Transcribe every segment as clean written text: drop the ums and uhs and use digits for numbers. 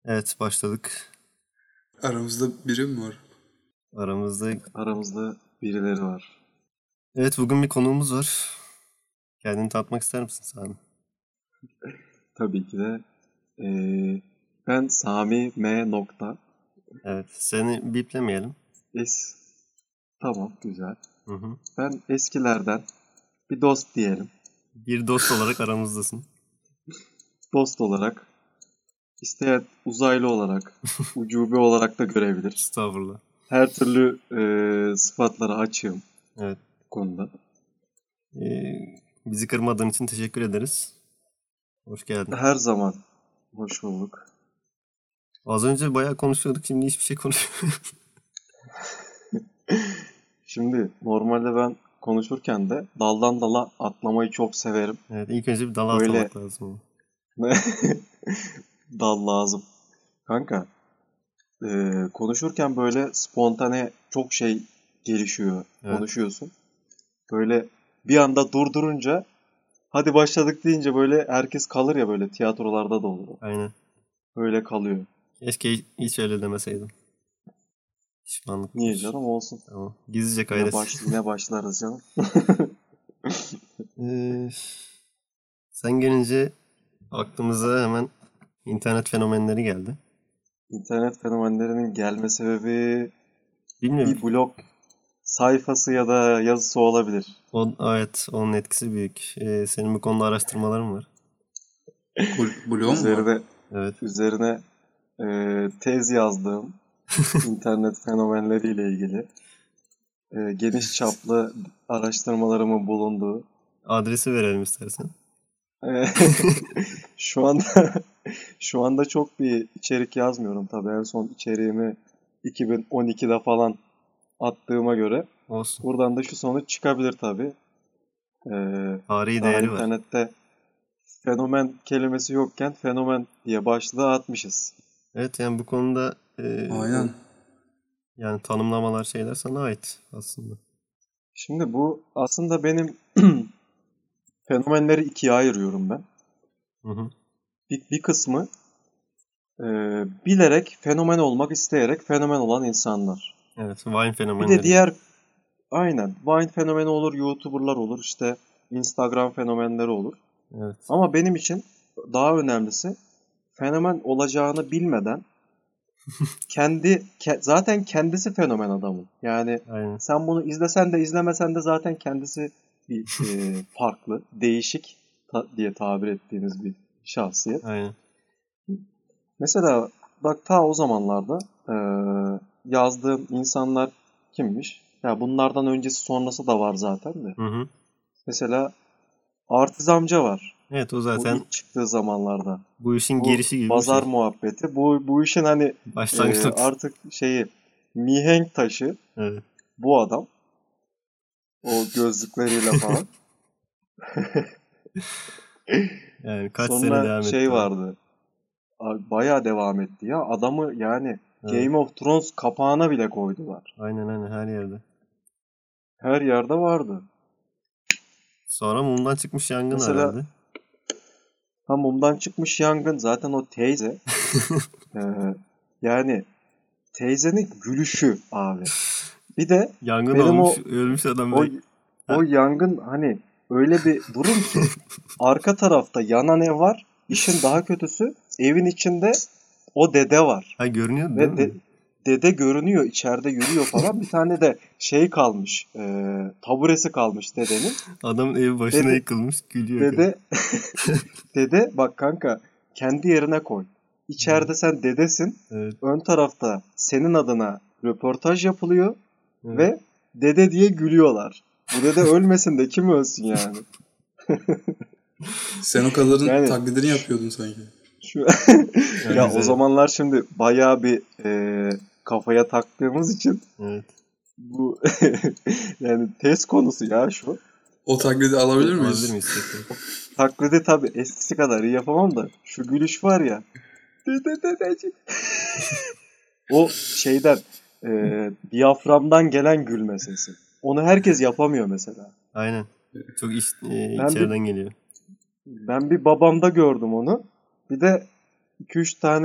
Evet, başladık. Aramızda biri mi var? Aramızda birileri var. Evet, bugün bir konuğumuz var. Kendini tanıtmak ister misin Sami? Tabii ki de. Ben Sami M. Evet, seni biplemeyelim. Tamam, güzel. Hı. Ben eskilerden bir dost diyelim. Bir dost olarak aramızdasın. Dost olarak, isteyen uzaylı olarak, ucube olarak da görebilir. Estağfurullah. Her türlü sıfatlara açığım. Evet. Bu konuda. Bizi kırmadığın için teşekkür ederiz. Hoş geldin. Her zaman. Hoş bulduk. Az önce bayağı konuşuyorduk, şimdi hiçbir şey konuşmuyoruz. Şimdi normalde ben konuşurken de daldan dala atlamayı çok severim. Evet, ilk önce bir dala Böyle... atlamak lazım. Dal lazım. Kanka, konuşurken böyle spontane çok şey gelişiyor. Evet. Konuşuyorsun. Böyle bir anda durdurunca hadi başladık deyince böyle herkes kalır ya, böyle tiyatrolarda da olur. Aynen. Öyle kalıyor. Keşke hiç öyle demeseydim. Pişmanlık. Niye canım, olsun. Tamam. Gizlice kaydet. Yine başlarız canım. Sen gelince aklımıza hemen internet fenomenleri geldi. İnternet fenomenlerinin gelme sebebi bilmiyorum. Bir blog sayfası ya da yazısı olabilir. Evet, onun etkisi büyük. Senin bu konuda araştırmaların var. Blog mu? Evet. Üzerine tez yazdığım internet fenomenleriyle ilgili geniş çaplı araştırmalarımın bulunduğu. Adresi verelim istersen. Şu anda çok bir içerik yazmıyorum tabii. En son içeriğimi 2012'de falan attığıma göre. Olsun. Buradan da şu sonuç çıkabilir tabii. Tarihi değeri var. İnternette fenomen kelimesi yokken fenomen diye başlığı atmışız. Evet, yani bu konuda aynen. Yani tanımlamalar, şeyler sana ait aslında. Şimdi bu aslında benim fenomenleri ikiye ayırıyorum ben. Hı. Bir kısmı bilerek fenomen olmak isteyerek fenomen olan insanlar. Evet, Vine fenomenleri. Bir de aynen Vine fenomeni olur, YouTuber'lar olur, işte Instagram fenomenleri olur. Evet. Ama benim için daha önemlisi fenomen olacağını bilmeden zaten kendisi fenomen adamı. Yani aynen. Sen bunu izlesen de izlemesen de zaten kendisi bir farklı, değişik diye tabir ettiğimiz bir şahsiyet. Aynen. Mesela bak, ta o zamanlarda yazdığım insanlar kimmiş? Ya bunlardan öncesi sonrası da var zaten de. Hı. Mesela Artiz amca var. Evet, o zaten bu ilk çıktığı zamanlarda. Bu işin girişi gibi pazar bir şey. Muhabbeti. Bu işin hani artık mihenk taşı. Evet. Bu adam. O gözlükleriyle falan. Yani kaç sene devam etti. Sonra vardı. Bayağı devam etti ya. Adamı yani Game of Thrones kapağına bile koydular. Aynen her yerde. Her yerde vardı. Sonra mumdan çıkmış yangın herhalde. Mumdan çıkmış yangın. Zaten o teyze. Yani teyzenin gülüşü abi. Bir de yangın benim olmuş, ölmüş adam. O yangın hani öyle bir durum ki arka tarafta yanan ev var. İşin daha kötüsü evin içinde o dede var. Ha, görünüyor değil mi? Dede görünüyor, içeride yürüyor falan. Bir tane de kalmış. Taburesi kalmış dedenin. Adamın evi başına yıkılmış, gülüyor. Dede bak kanka, kendi yerine koy. İçeride sen dedesin. Evet. Ön tarafta senin adına röportaj yapılıyor. Evet. Ve dede diye gülüyorlar. Bu dede ölmesin de kim ölsün yani? Sen o kadarın taklidini yapıyordun sanki. Ya o zamanlar şimdi bayağı bir kafaya taktığımız için bu yani test konusu ya şu. O taklidi alabilir miyiz? Taklidi tabii eskisi kadar iyi yapamam da şu gülüş var ya. Dedeciğim. O şeyden diyaframdan gelen gülme sesi. Onu herkes yapamıyor mesela. Aynen. Çok içeriden geliyor. Ben bir babamda gördüm onu. Bir de 2-3 tane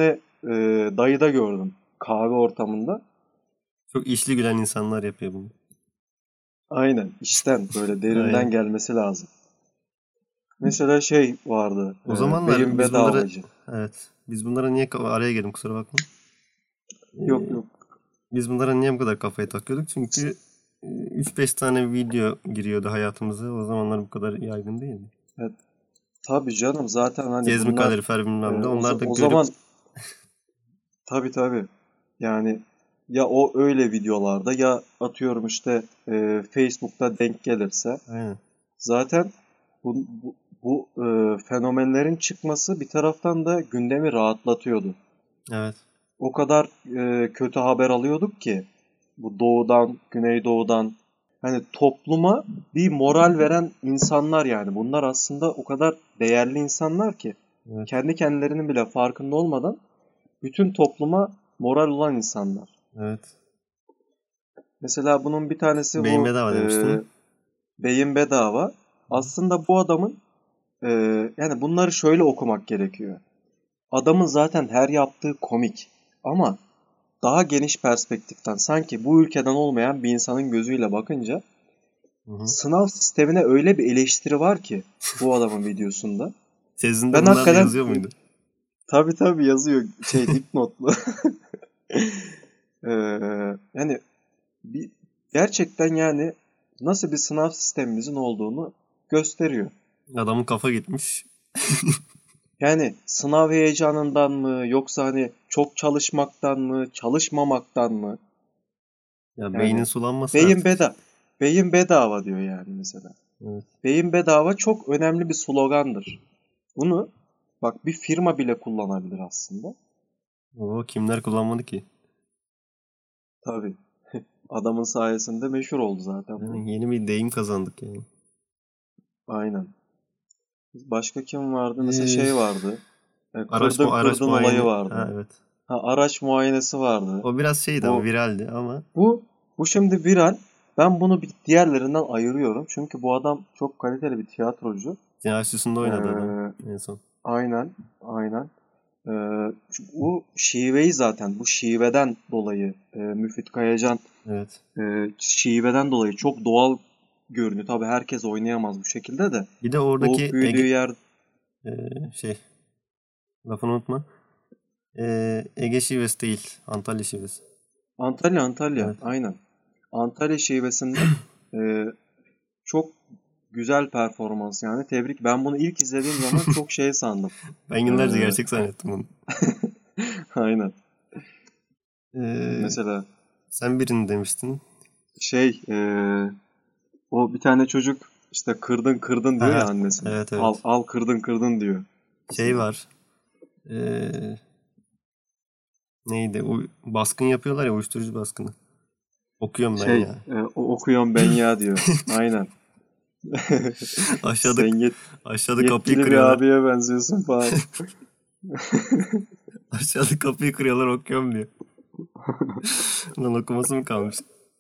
dayıda gördüm. Kahve ortamında. Çok işli gülen insanlar yapıyor bunu. Aynen. İçten böyle derinden Aynen. gelmesi lazım. Mesela şey vardı. O zamanlar Beyin biz bunları... bedavacı. Evet. Biz bunlara niye... Araya girdim, kusura bakma. Yok. Biz bunlara niye bu kadar kafayı takıyorduk? Çünkü 3-5 tane video giriyordu hayatımıza. O zamanlar bu kadar yaygın değildi. Evet. Tabii canım, zaten hani Gezmi bunlar kalorifer bilmem ne. Onlar da o görüp... zaman tabii. Yani ya o öyle videolarda ya atıyorum işte Facebook'ta denk gelirse Aynen. zaten bu fenomenlerin çıkması bir taraftan da gündemi rahatlatıyordu. Evet. O kadar kötü haber alıyorduk ki bu doğudan, güneydoğudan, hani topluma bir moral veren insanlar yani. Bunlar aslında o kadar değerli insanlar ki Evet. kendi kendilerinin bile farkında olmadan bütün topluma moral olan insanlar. Evet. Mesela bunun bir tanesi Beyin bu bedava demiştin. Beyin Bedava. Aslında bu adamın yani bunları şöyle okumak gerekiyor. Adamın zaten her yaptığı komik ama daha geniş perspektiften sanki bu ülkeden olmayan bir insanın gözüyle bakınca sınav sistemine öyle bir eleştiri var ki bu adamın videosunda. Tezinde Ben bunlar da hakikaten yazıyor muydu? tabii yazıyor dipnotlu. Yani gerçekten yani nasıl bir sınav sistemimizin olduğunu gösteriyor. Adamın kafa gitmiş. Yani sınav heyecanından mı yoksa hani çok çalışmaktan mı, çalışmamaktan mı? Ya beynin sulanması Beyin artık. beyin bedava diyor yani mesela. Evet. Beyin bedava çok önemli bir slogandır. Bunu bak bir firma bile kullanabilir aslında. O kimler kullanmadı ki? Tabii. Adamın sayesinde meşhur oldu zaten bu. Yani yeni bir deyim kazandık yani. Aynen. Başka kim vardı? Mesela şey vardı. Araç Kırdın olayı muayene. vardı. Ha, evet. Araç muayenesi vardı. O biraz şeydi ama Bu viraldi ama. bu şimdi viral. Ben bunu bir diğerlerinden ayırıyorum. Çünkü bu adam çok kaliteli bir tiyatrocu. Cinayet Süsü'nde oynadı adam Ee, en son. aynen. Bu şiveyi zaten bu şiveden dolayı Müfit Kayacan Evet. şiveden dolayı çok doğal görünüyor. Tabii herkes oynayamaz bu şekilde de. Bir de oradaki Doğup büyüdüğü yer lafını unutma. Ege şivesi değil. Antalya şivesi. Antalya. Evet. Aynen. Antalya şivesinden çok güzel performans yani. Tebrik. Ben bunu ilk izlediğim zaman çok şey sandım. Ben yıllarca gerçek zannettim onu. Aynen. Ee, Mesela sen birini demiştin. o bir tane çocuk işte kırdın diyor ya annesine. Evet. Al kırdın diyor. Şey var. Neydi? Baskın yapıyorlar ya, uyuşturucu baskını. Okuyorum ben ya. Okuyorum ben ya diyor. Aynen. Aşağıda kapıyı yetkili bir kırıyorlar. abiye benziyorsun falan. Aşağıda kapıyı kırıyorlar, okuyorum diyor. Lan okuması mı kalmış?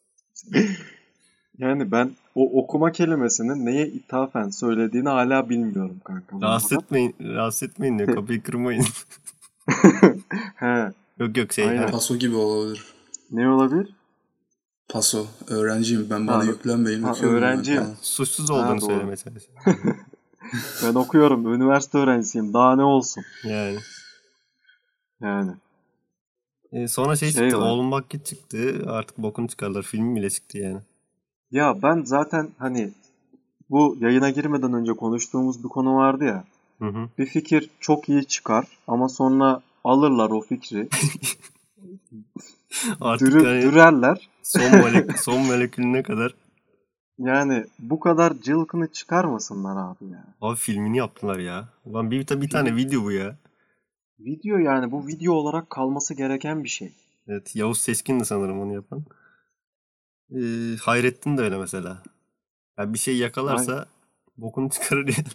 Yani ben o okuma kelimesinin neye ithafen söylediğini hala bilmiyorum kanka. Rahatsız etmeyin diyor. Kapıyı kırmayın. He, Yok aynen. Paso gibi olabilir. Ne olabilir? Paso. Öğrenciyim ben, bana yüklenmeyin. Okuyorum öğrenciyim. ben falan. Suçsuz olduğunu Doğru. söylemeye çalışıyor. Ben okuyorum. Üniversite öğrencisiyim. Daha ne olsun? Yani. Yani. Sonra Şey çıktı. var. Oğlum Bak Git çıktı. Artık bokunu çıkarlar. Film bile çıktı yani. Ya ben zaten hani bu yayına girmeden önce konuştuğumuz bir konu vardı ya. Hı. Bir fikir çok iyi çıkar ama sonra alırlar o fikri. Artık yani Dürerler. son molekülüne kadar. Yani bu kadar cılkını çıkarmasınlar abi ya. Abi filmini yaptılar ya. Ulan bir tane video bu ya. Video yani bu video olarak kalması gereken bir şey. Evet, Yavuz Seçkin'di sanırım onu yapan. Hayrettin de öyle mesela. Yani bir şey yakalarsa bokunu çıkarır ya.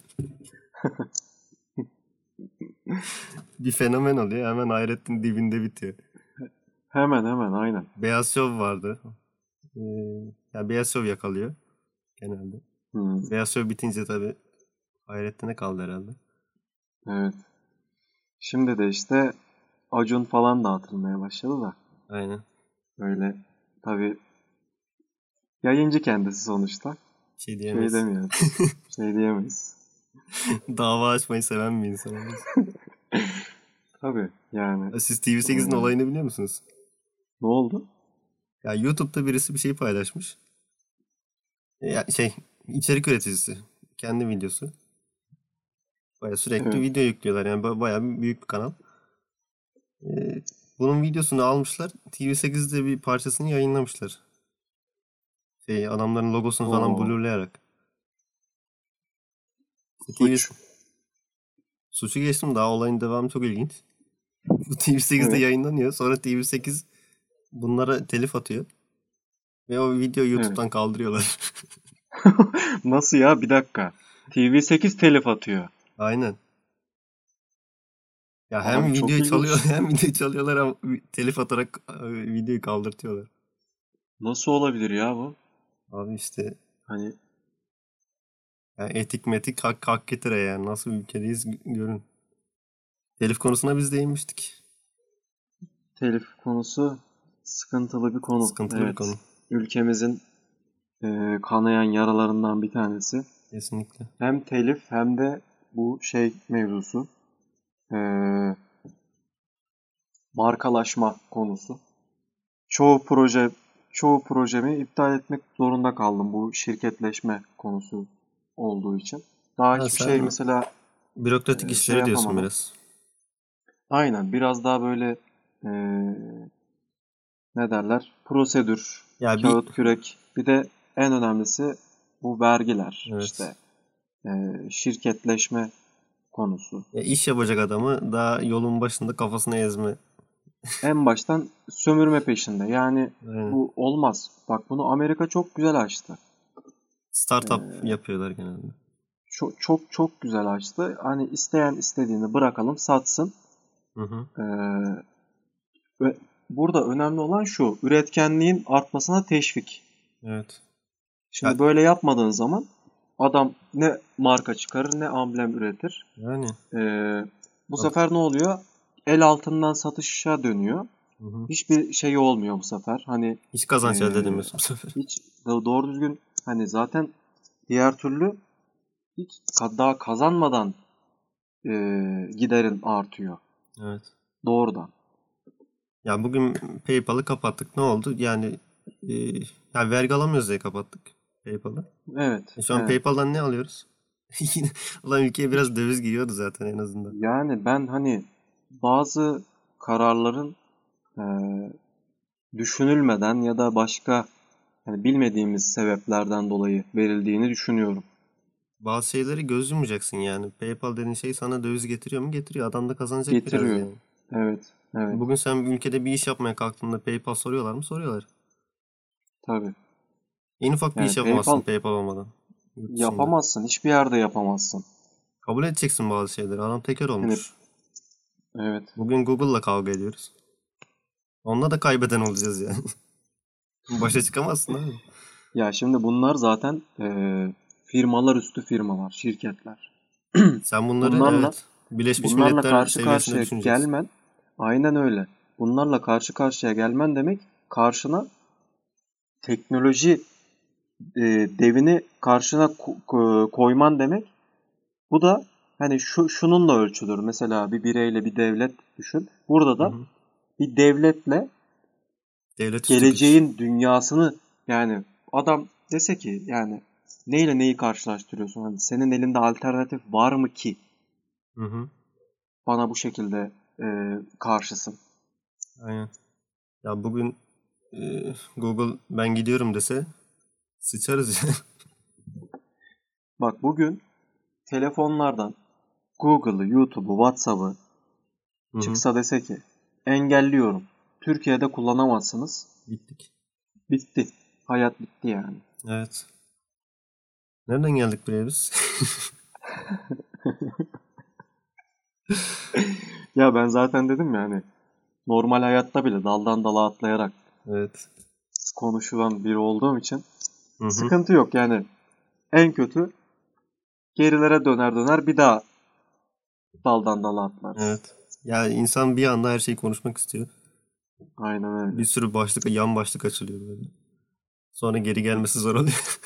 Bir fenomen oluyor, hemen Hayrettin dibinde bitiyor. Hemen aynen. Beyaz Şov vardı. Yani Beyaz Şov yakalıyor genelde. Beyaz Şov bitince tabii Hayrettin'e kaldı herhalde. Evet. Şimdi de işte Acun falan da atılmaya başladı da. Aynen. Öyle tabii yayıncı kendisi sonuçta. Şey Şey diyemeyiz. demiyoruz. Şey diyemeyiz. Dava açmayı seven bir insanız. Tabii yani. Siz TV8'in olayını biliyor musunuz? Ne oldu? Ya YouTube'da birisi bir şey paylaşmış. Ya içerik üreticisi. Kendi videosu. Baya sürekli Evet. video yüklüyorlar. Yani baya büyük bir kanal. Bunun videosunu almışlar. TV8'de bir parçasını yayınlamışlar. Adamların logosunu falan Oo, blurlayarak. suç. Suçu geçtim, daha olayın devamı çok ilginç. Bu TV8'de Evet. yayınlanıyor. Sonra TV8 bunlara telif atıyor. Ve o videoyu Evet. YouTube'dan kaldırıyorlar. Nasıl ya? Bir dakika. TV8 telif atıyor. Aynen. Ya hem Abi çok videoyu çalıyor ilginç. hem videoyu çalıyorlar ama telif atarak videoyu kaldırtıyorlar. Nasıl olabilir ya bu? Abi işte Hani yani etik metik hak getire yani. Nasıl bir ülkedeyiz görün. Telif konusuna biz değinmiştik. telif konusu sıkıntılı bir konu. Sıkıntılı bir konu. Evet. Ülkemizin kanayan yaralarından bir tanesi. Kesinlikle. Hem telif hem de bu şey mevzusu. E, markalaşma konusu. Çoğu projemi iptal etmek zorunda kaldım bu şirketleşme konusu olduğu için. Daha Ha, hiçbir şey sen mesela bürokratik şey işleri diyorsun yapamadım. biraz. Aynen biraz daha böyle e, ne derler? Prosedür, Ya bir kağıt kürek. Bir de en önemlisi bu vergiler. evet. İşte şirketleşme konusu. Ya iş yapacak adamı daha yolun başında kafasına ezme. En baştan sömürme peşinde. Yani Aynen. bu olmaz. Bak bunu Amerika çok güzel açtı. Startup yapıyorlar genelde. Çok çok çok güzel açtı. Hani isteyen istediğini bırakalım, satsın. Hı hı. Ve burada önemli olan şu, üretkenliğin artmasına teşvik. Evet. Ya, Şimdi böyle yapmadığın zaman adam ne marka çıkarır ne amblem üretir. yani Bu ad- sefer ne oluyor? El altından satışa dönüyor. hı hı. Hiçbir şey olmuyor bu sefer. Hani Hiç kazanç elde ee, edemiyorsun bu sefer. hiç doğru düzgün hani zaten diğer türlü hiç daha kazanmadan giderin artıyor. Evet. Doğrudan. Ya bugün PayPal'ı kapattık. Ne oldu? Yani e, ya vergi alamıyoruz diye kapattık PayPal'ı. Evet, Şu an evet. PayPal'dan ne alıyoruz? Yine ulan ülkeye biraz döviz giriyordu zaten en azından. Yani ben hani bazı kararların e, düşünülmeden ya da başka hani bilmediğimiz sebeplerden dolayı verildiğini düşünüyorum. Bazı şeyleri göz yumacaksın yani. PayPal dediğin şey sana döviz getiriyor mu? Getiriyor. Adam da kazanacak biraz Getiriyor. yani. Evet, evet. Bugün sen bir ülkede bir iş yapmaya kalktığında PayPal soruyorlar mı? Soruyorlar. Tabii. En ufak bir iş Yani yapamazsın PayPal PayPal olmadan. Yurt dışında. yapamazsın. Hiçbir yerde yapamazsın. Kabul edeceksin bazı şeyleri. Adam teker Hani olmuş. evet. Bugün Google'la kavga ediyoruz. Onunla da kaybeden olacağız yani. Başa çıkamazsın abi. Ya şimdi bunlar zaten firmalar üstü firmalar, şirketler. Sen bunları Bunlarla evet Birleşmiş bunlarla Milletler karşı seviyesinde karşıya düşüneceksin. gelmen aynen öyle. Bunlarla karşı karşıya gelmen demek karşına teknoloji devini karşına koyman demek. Bu da hani şununla ölçülür. Mesela bir bireyle bir devlet düşün. Burada Hı da hı. bir devletle Devlet üstü güç. geleceğin dünyasını yani adam dese ki yani neyle neyi karşılaştırıyorsun? Hani senin elinde alternatif var mı ki Hı hı. bana bu şekilde karşısın? Aynen. Ya bugün Google ben gidiyorum dese sıçarız ya. Bak bugün telefonlardan Google'ı, YouTube'u, WhatsApp'ı Hı hı. çıksa dese ki engelliyorum. Türkiye'de kullanamazsınız. Bittik. Bitti. Hayat bitti yani. Evet. Nereden geldik buraya biz? Ya ben zaten dedim ya hani normal hayatta bile daldan dala atlayarak Evet. konuşulan biri olduğum için Hı hı. sıkıntı yok yani. En kötü gerilere döner döner bir daha daldan dala atlarız. Evet. Yani insan bir anda her şeyi konuşmak istiyor. Aynen öyle. Bir sürü yan başlık açılıyor böyle. Sonra geri gelmesi zor oluyor.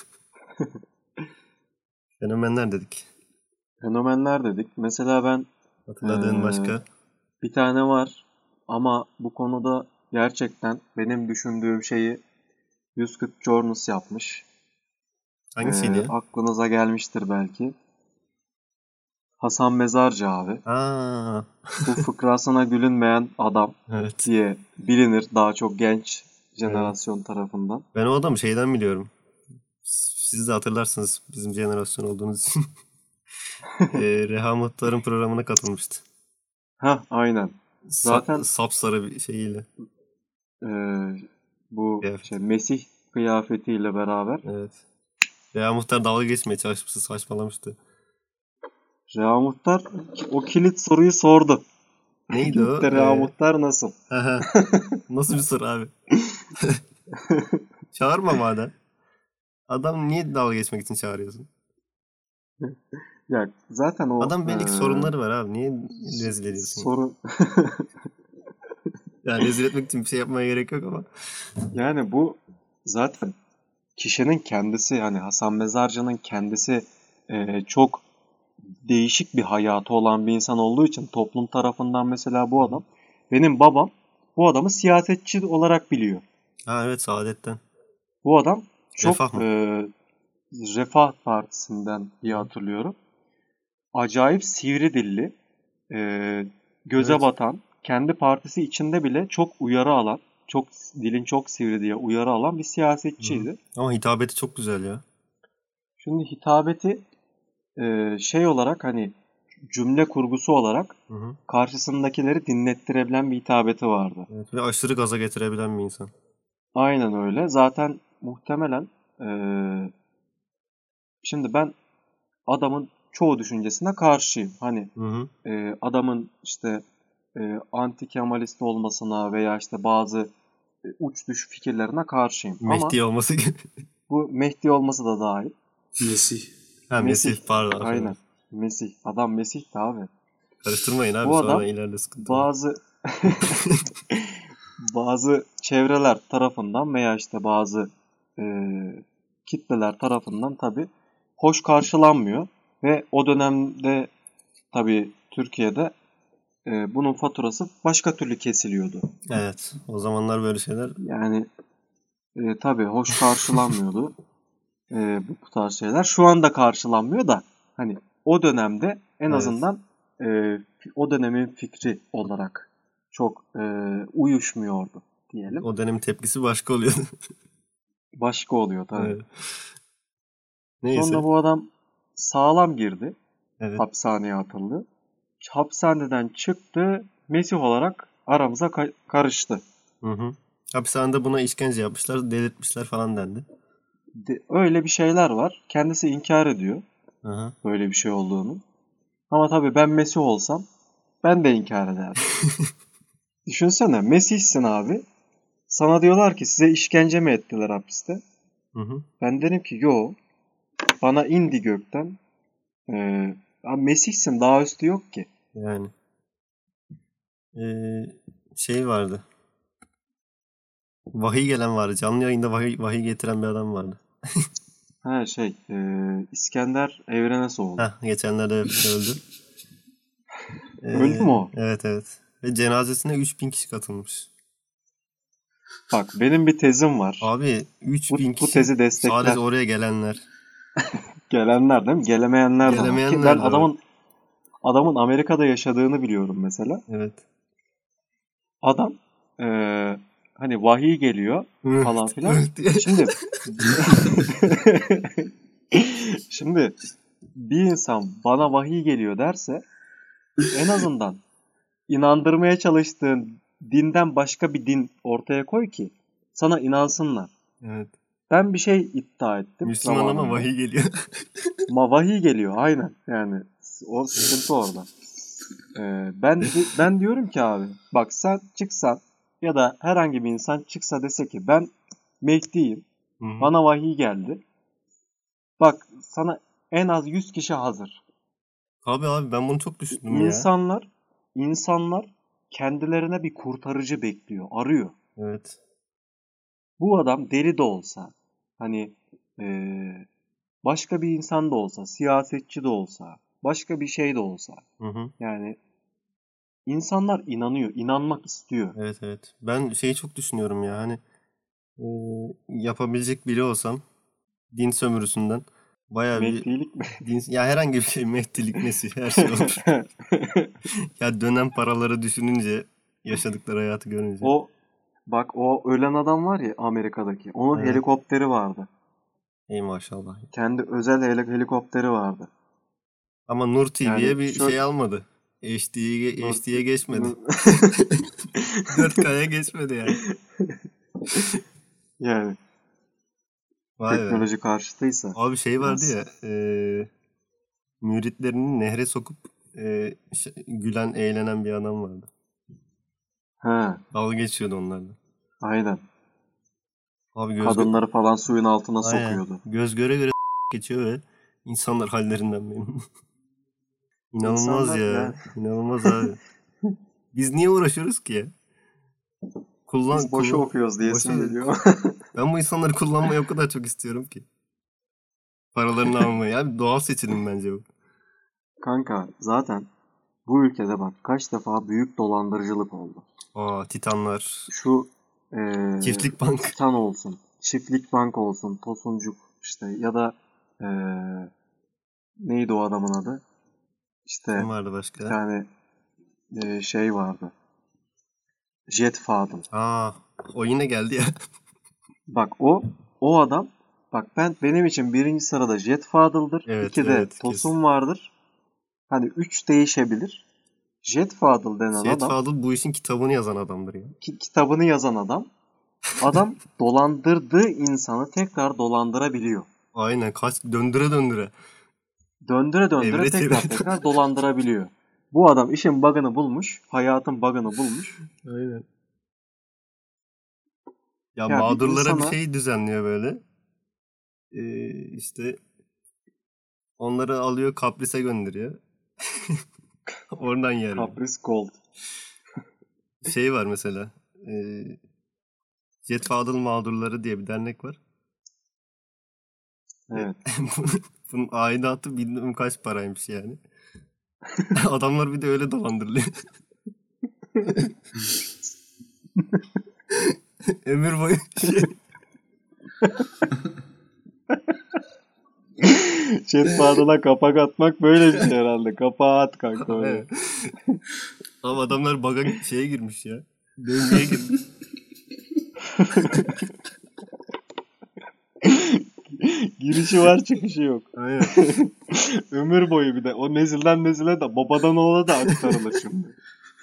Fenomenler dedik. Fenomenler dedik. Mesela ben Hatırladığın başka? bir tane var ama bu konuda gerçekten benim düşündüğüm şeyi 140 Journeys yapmış. Hangisiydi ya? Aklınıza gelmiştir belki. Hasan Mezarcı abi. Aa, Bu fıkrasına gülünmeyen adam evet. diye bilinir daha çok genç Evet. jenerasyon tarafından. Ben o adamı şeyden biliyorum. Siz de hatırlarsınız bizim jenerasyon olduğunuz için. Reha Muhtar'ın programına katılmıştı. Aynen. Zaten Sapsarı bir şeyiyle. e, bu Kıyafet. Mesih kıyafetiyle beraber Evet. Reha Muhtar dalga geçmeye çalışmıştı, saçmalamıştı. Reha Muhtar o kilit soruyu sordu. Neydi o? Ligde Reha Muhtar nasıl? Nasıl bir soru abi? Çağırma madem. Adam niye dalga geçmek için çağırıyorsun? Ya zaten o Adam belli ki sorunları var abi. Niye rezil ediyorsun? soru Yani rezil etmek için bir şey yapmaya gerek yok ama. yani bu zaten kişinin kendisi, yani Hasan Mezarcı'nın kendisi çok değişik bir hayatı olan bir insan olduğu için toplum tarafından mesela bu adam, benim babam bu adamı siyasetçi olarak biliyor. Ha evet, Saadet'ten. Bu adam çok Refah mı? Refah Partisi'nden diye hatırlıyorum. Acayip sivri dilli, göze Evet. batan, kendi partisi içinde bile çok uyarı alan, çok dilin çok sivri diye uyarı alan bir siyasetçiydi. Ama hitabeti çok güzel ya. Şimdi hitabeti şey olarak, hani cümle kurgusu olarak Hı hı. karşısındakileri dinlettirebilen bir hitabeti vardı. Evet. Ve aşırı gaza getirebilen bir insan. Aynen öyle. Zaten muhtemelen şimdi ben adamın çoğu düşüncesine karşıyım. Hani Hı hı. adamın işte anti Kemalist olmasına veya işte bazı uç düş fikirlerine karşıyım. Ama Mehdi olması gibi. bu Mehdi olması da dahil. Mesih. Ha Mesih. Mesih, pardon. Aynen. Mesih. Adam Mesih'ti abi. Karıştırmayın abi, Bu sonra adam ileride sıkıntı olur. bazı bazı çevreler tarafından veya işte bazı e, kitleler tarafından tabii hoş karşılanmıyor ve o dönemde tabii Türkiye'de bunun faturası başka türlü kesiliyordu. Evet. O zamanlar böyle şeyler. Yani tabii hoş karşılanmıyordu bu tarz şeyler. Şu anda karşılanmıyor da hani o dönemde en Evet. azından o dönemin fikri olarak çok uyuşmuyordu diyelim. O dönemin tepkisi başka oluyordu. Başka oluyor tabii. Evet. Neyse. Sonra bu adam sağlam girdi. Evet. Hapishaneye atıldı. Hapishaneden çıktı. Mesih olarak aramıza karıştı. Hı hı. Hapishanede buna işkence yapmışlar, delirtmişler falan dendi. Öyle bir şeyler var. Kendisi inkar ediyor Aha. böyle bir şey olduğunu. Ama tabii ben Mesih olsam ben de inkar ederdim. Düşünsene, Mesih'sin abi. Sana diyorlar ki size işkence mi ettiler hapiste? Hı hı. Ben derim ki yo, bana indi gökten. Abi Mesih'sin, daha üstü yok ki. Yani. Şey vardı. Vahiy gelen vardı. Canlı yayında vahiy getiren bir adam vardı. Ha İskender Evrenesoğlu. Heh, geçenlerde öldü. Öldü mü o? Evet evet. Ve cenazesine 3000 kişi katılmış. Bak benim bir tezim var. Abi 3000 Bu kişi tezi destekler. sadece oraya gelenler. Gelenler değil mi? Gelemeyenler de var. Ki Gelemeyenler ben de var. adamın Amerika'da yaşadığını biliyorum mesela. Evet. Adam hani vahiy geliyor falan filan. Evet. Şimdi şimdi bir insan bana vahiy geliyor derse en azından inandırmaya çalıştığın dinden başka bir din ortaya koy ki sana inansınlar. Evet. Ben bir şey iddia ettim Müslüman ama zamanında. vahiy geliyor. Vahiy geliyor aynen. Yani o sıkıntı orada. Ben diyorum ki abi bak sen çıksan ya da herhangi bir insan çıksa dese ki ben Mehdi'yim. Hı hı. Bana vahiy geldi. Bak sana en az 100 kişi hazır. Abi ben bunu çok düşündüm ya. İnsanlar insanlar kendilerine bir kurtarıcı bekliyor, arıyor. Evet. Bu adam deli de olsa, hani başka bir insan da olsa, siyasetçi de olsa, başka bir şey de olsa, Hı hı. yani insanlar inanıyor, inanmak istiyor. Evet evet. Ben şeyi çok düşünüyorum ya hani yapabilecek biri olsam din sömürüsünden bayağı bir Mehdilik mi? ya herhangi bir şey Mehdilik Mesih her şey olur. Ya dönem paraları düşününce yaşadıkları hayatı görünce. O ölen adam var ya Amerika'daki. Onun Evet. helikopteri vardı. Ey maşallah. Kendi özel helikopteri vardı. Ama Nur Yani TV'ye bir şey şöyle almadı. HD'ye geçmedi. Nur- 4K'ya geçmedi yani. yani Vay be. teknoloji karşıtıysa Abi şey vardı biraz. ya müritlerini nehre sokup gülen eğlenen bir adam vardı. He, Dalga geçiyordu onlarla. aynen. Abi Kadınları falan suyun altına aynen. sokuyordu. Göz göre göre geçiyor ve insanlar hallerinden memnun. İnanılmaz İnsanlar ya. yani İnanılmaz abi. Biz niye uğraşıyoruz ki ya? biz boşu okuyoruz Boşa, diyesim geliyor. ben bu insanları kullanmayı o kadar çok istiyorum ki. Paralarını almayı. Abi doğal seçilim bence bu. Kanka zaten bu ülkede bak kaç defa büyük dolandırıcılık oldu. Aa, Titanlar. Şu Çiftlik bank. Titan olsun, Çiftlik Bank olsun, Tosuncuk işte ya da neydi o adamın adı? Kim İşte vardı bir başka? tane şey vardı. Jet Fadıl. Aa, o yine geldi ya. Bak o adam bak benim için birinci sırada Jet Fadıl'dır. Evet İki de evet kesin. Tosun vardır. Hani üç değişebilir. Jet Fadıl denen Jet adam Fadıl bu işin kitabını yazan adamdır ya. kitabını yazan adam. Adam dolandırdığı insanı tekrar dolandırabiliyor. Aynen kaç döndüre döndüre. Döndüre döndüre Evre tekrar çevire. tekrar dolandırabiliyor. Bu adam işin bug'ını bulmuş. Hayatın bug'ını bulmuş. Aynen. Ya Ya bir mağdurlara bir insana şey düzenliyor böyle. İşte onları alıyor kaprise gönderiyor. Oradan yer veriyor. Caprice Gold. Şey var mesela. Jet Fadıl Mağdurları diye bir dernek var. E, Evet. bunun aidatı bilmem kaç paraymış yani. Adamlar bir de öyle dolandırılıyor. Ömür boyu şey. Jet Fadıl'a kapak atmak böyle bir şey herhalde. Kapağı at kanka oraya. Aynen. Ama adamlar baga şeye girmiş ya. Döngüye girmiş. Girişi var çıkışı yok. Aynen. Ömür boyu bir de. O nezilden nezile de babadan oğula da aktarılır şimdi.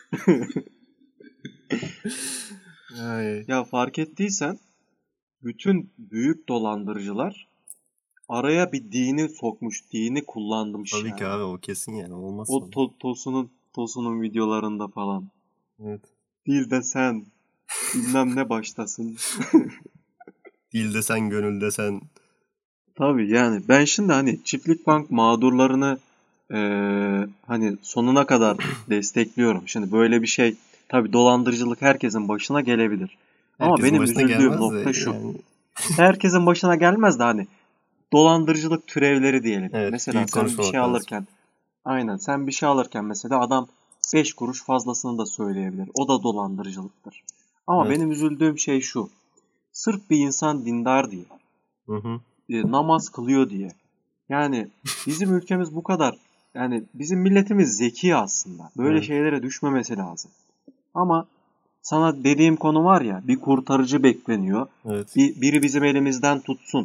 Ay. Ya fark ettiysen bütün büyük dolandırıcılar araya bir dini sokmuş. Dini kullanmış Tabii ki yani. abi o kesin yani olmazsa. O Tosun'un videolarında falan. Evet. Bir de sen bilmem ne baştasın. Dilde sen gönülde sen. Tabii yani ben şimdi hani Çiftlik Bank mağdurlarını hani sonuna kadar destekliyorum. Şimdi böyle bir şey tabii dolandırıcılık herkesin başına gelebilir. Ama Herkesin benim başına üzüldüğüm gelmez de nokta şu. yani. İşte herkesin başına gelmez de hani dolandırıcılık türevleri diyelim. Evet Mesela büyük sen bir şey konuşmamak lazım. alırken aynen sen bir şey alırken mesela adam 5 kuruş fazlasını da söyleyebilir. O da dolandırıcılıktır. Ama Evet. benim üzüldüğüm şey şu. Sırf bir insan dindar diye, Hı hı. namaz kılıyor diye. Yani bizim ülkemiz bu kadar. Yani bizim milletimiz zeki aslında. Böyle Evet. şeylere düşmemesi lazım. Ama sana dediğim konu var ya, bir kurtarıcı bekleniyor. Evet. Biri bizim elimizden tutsun.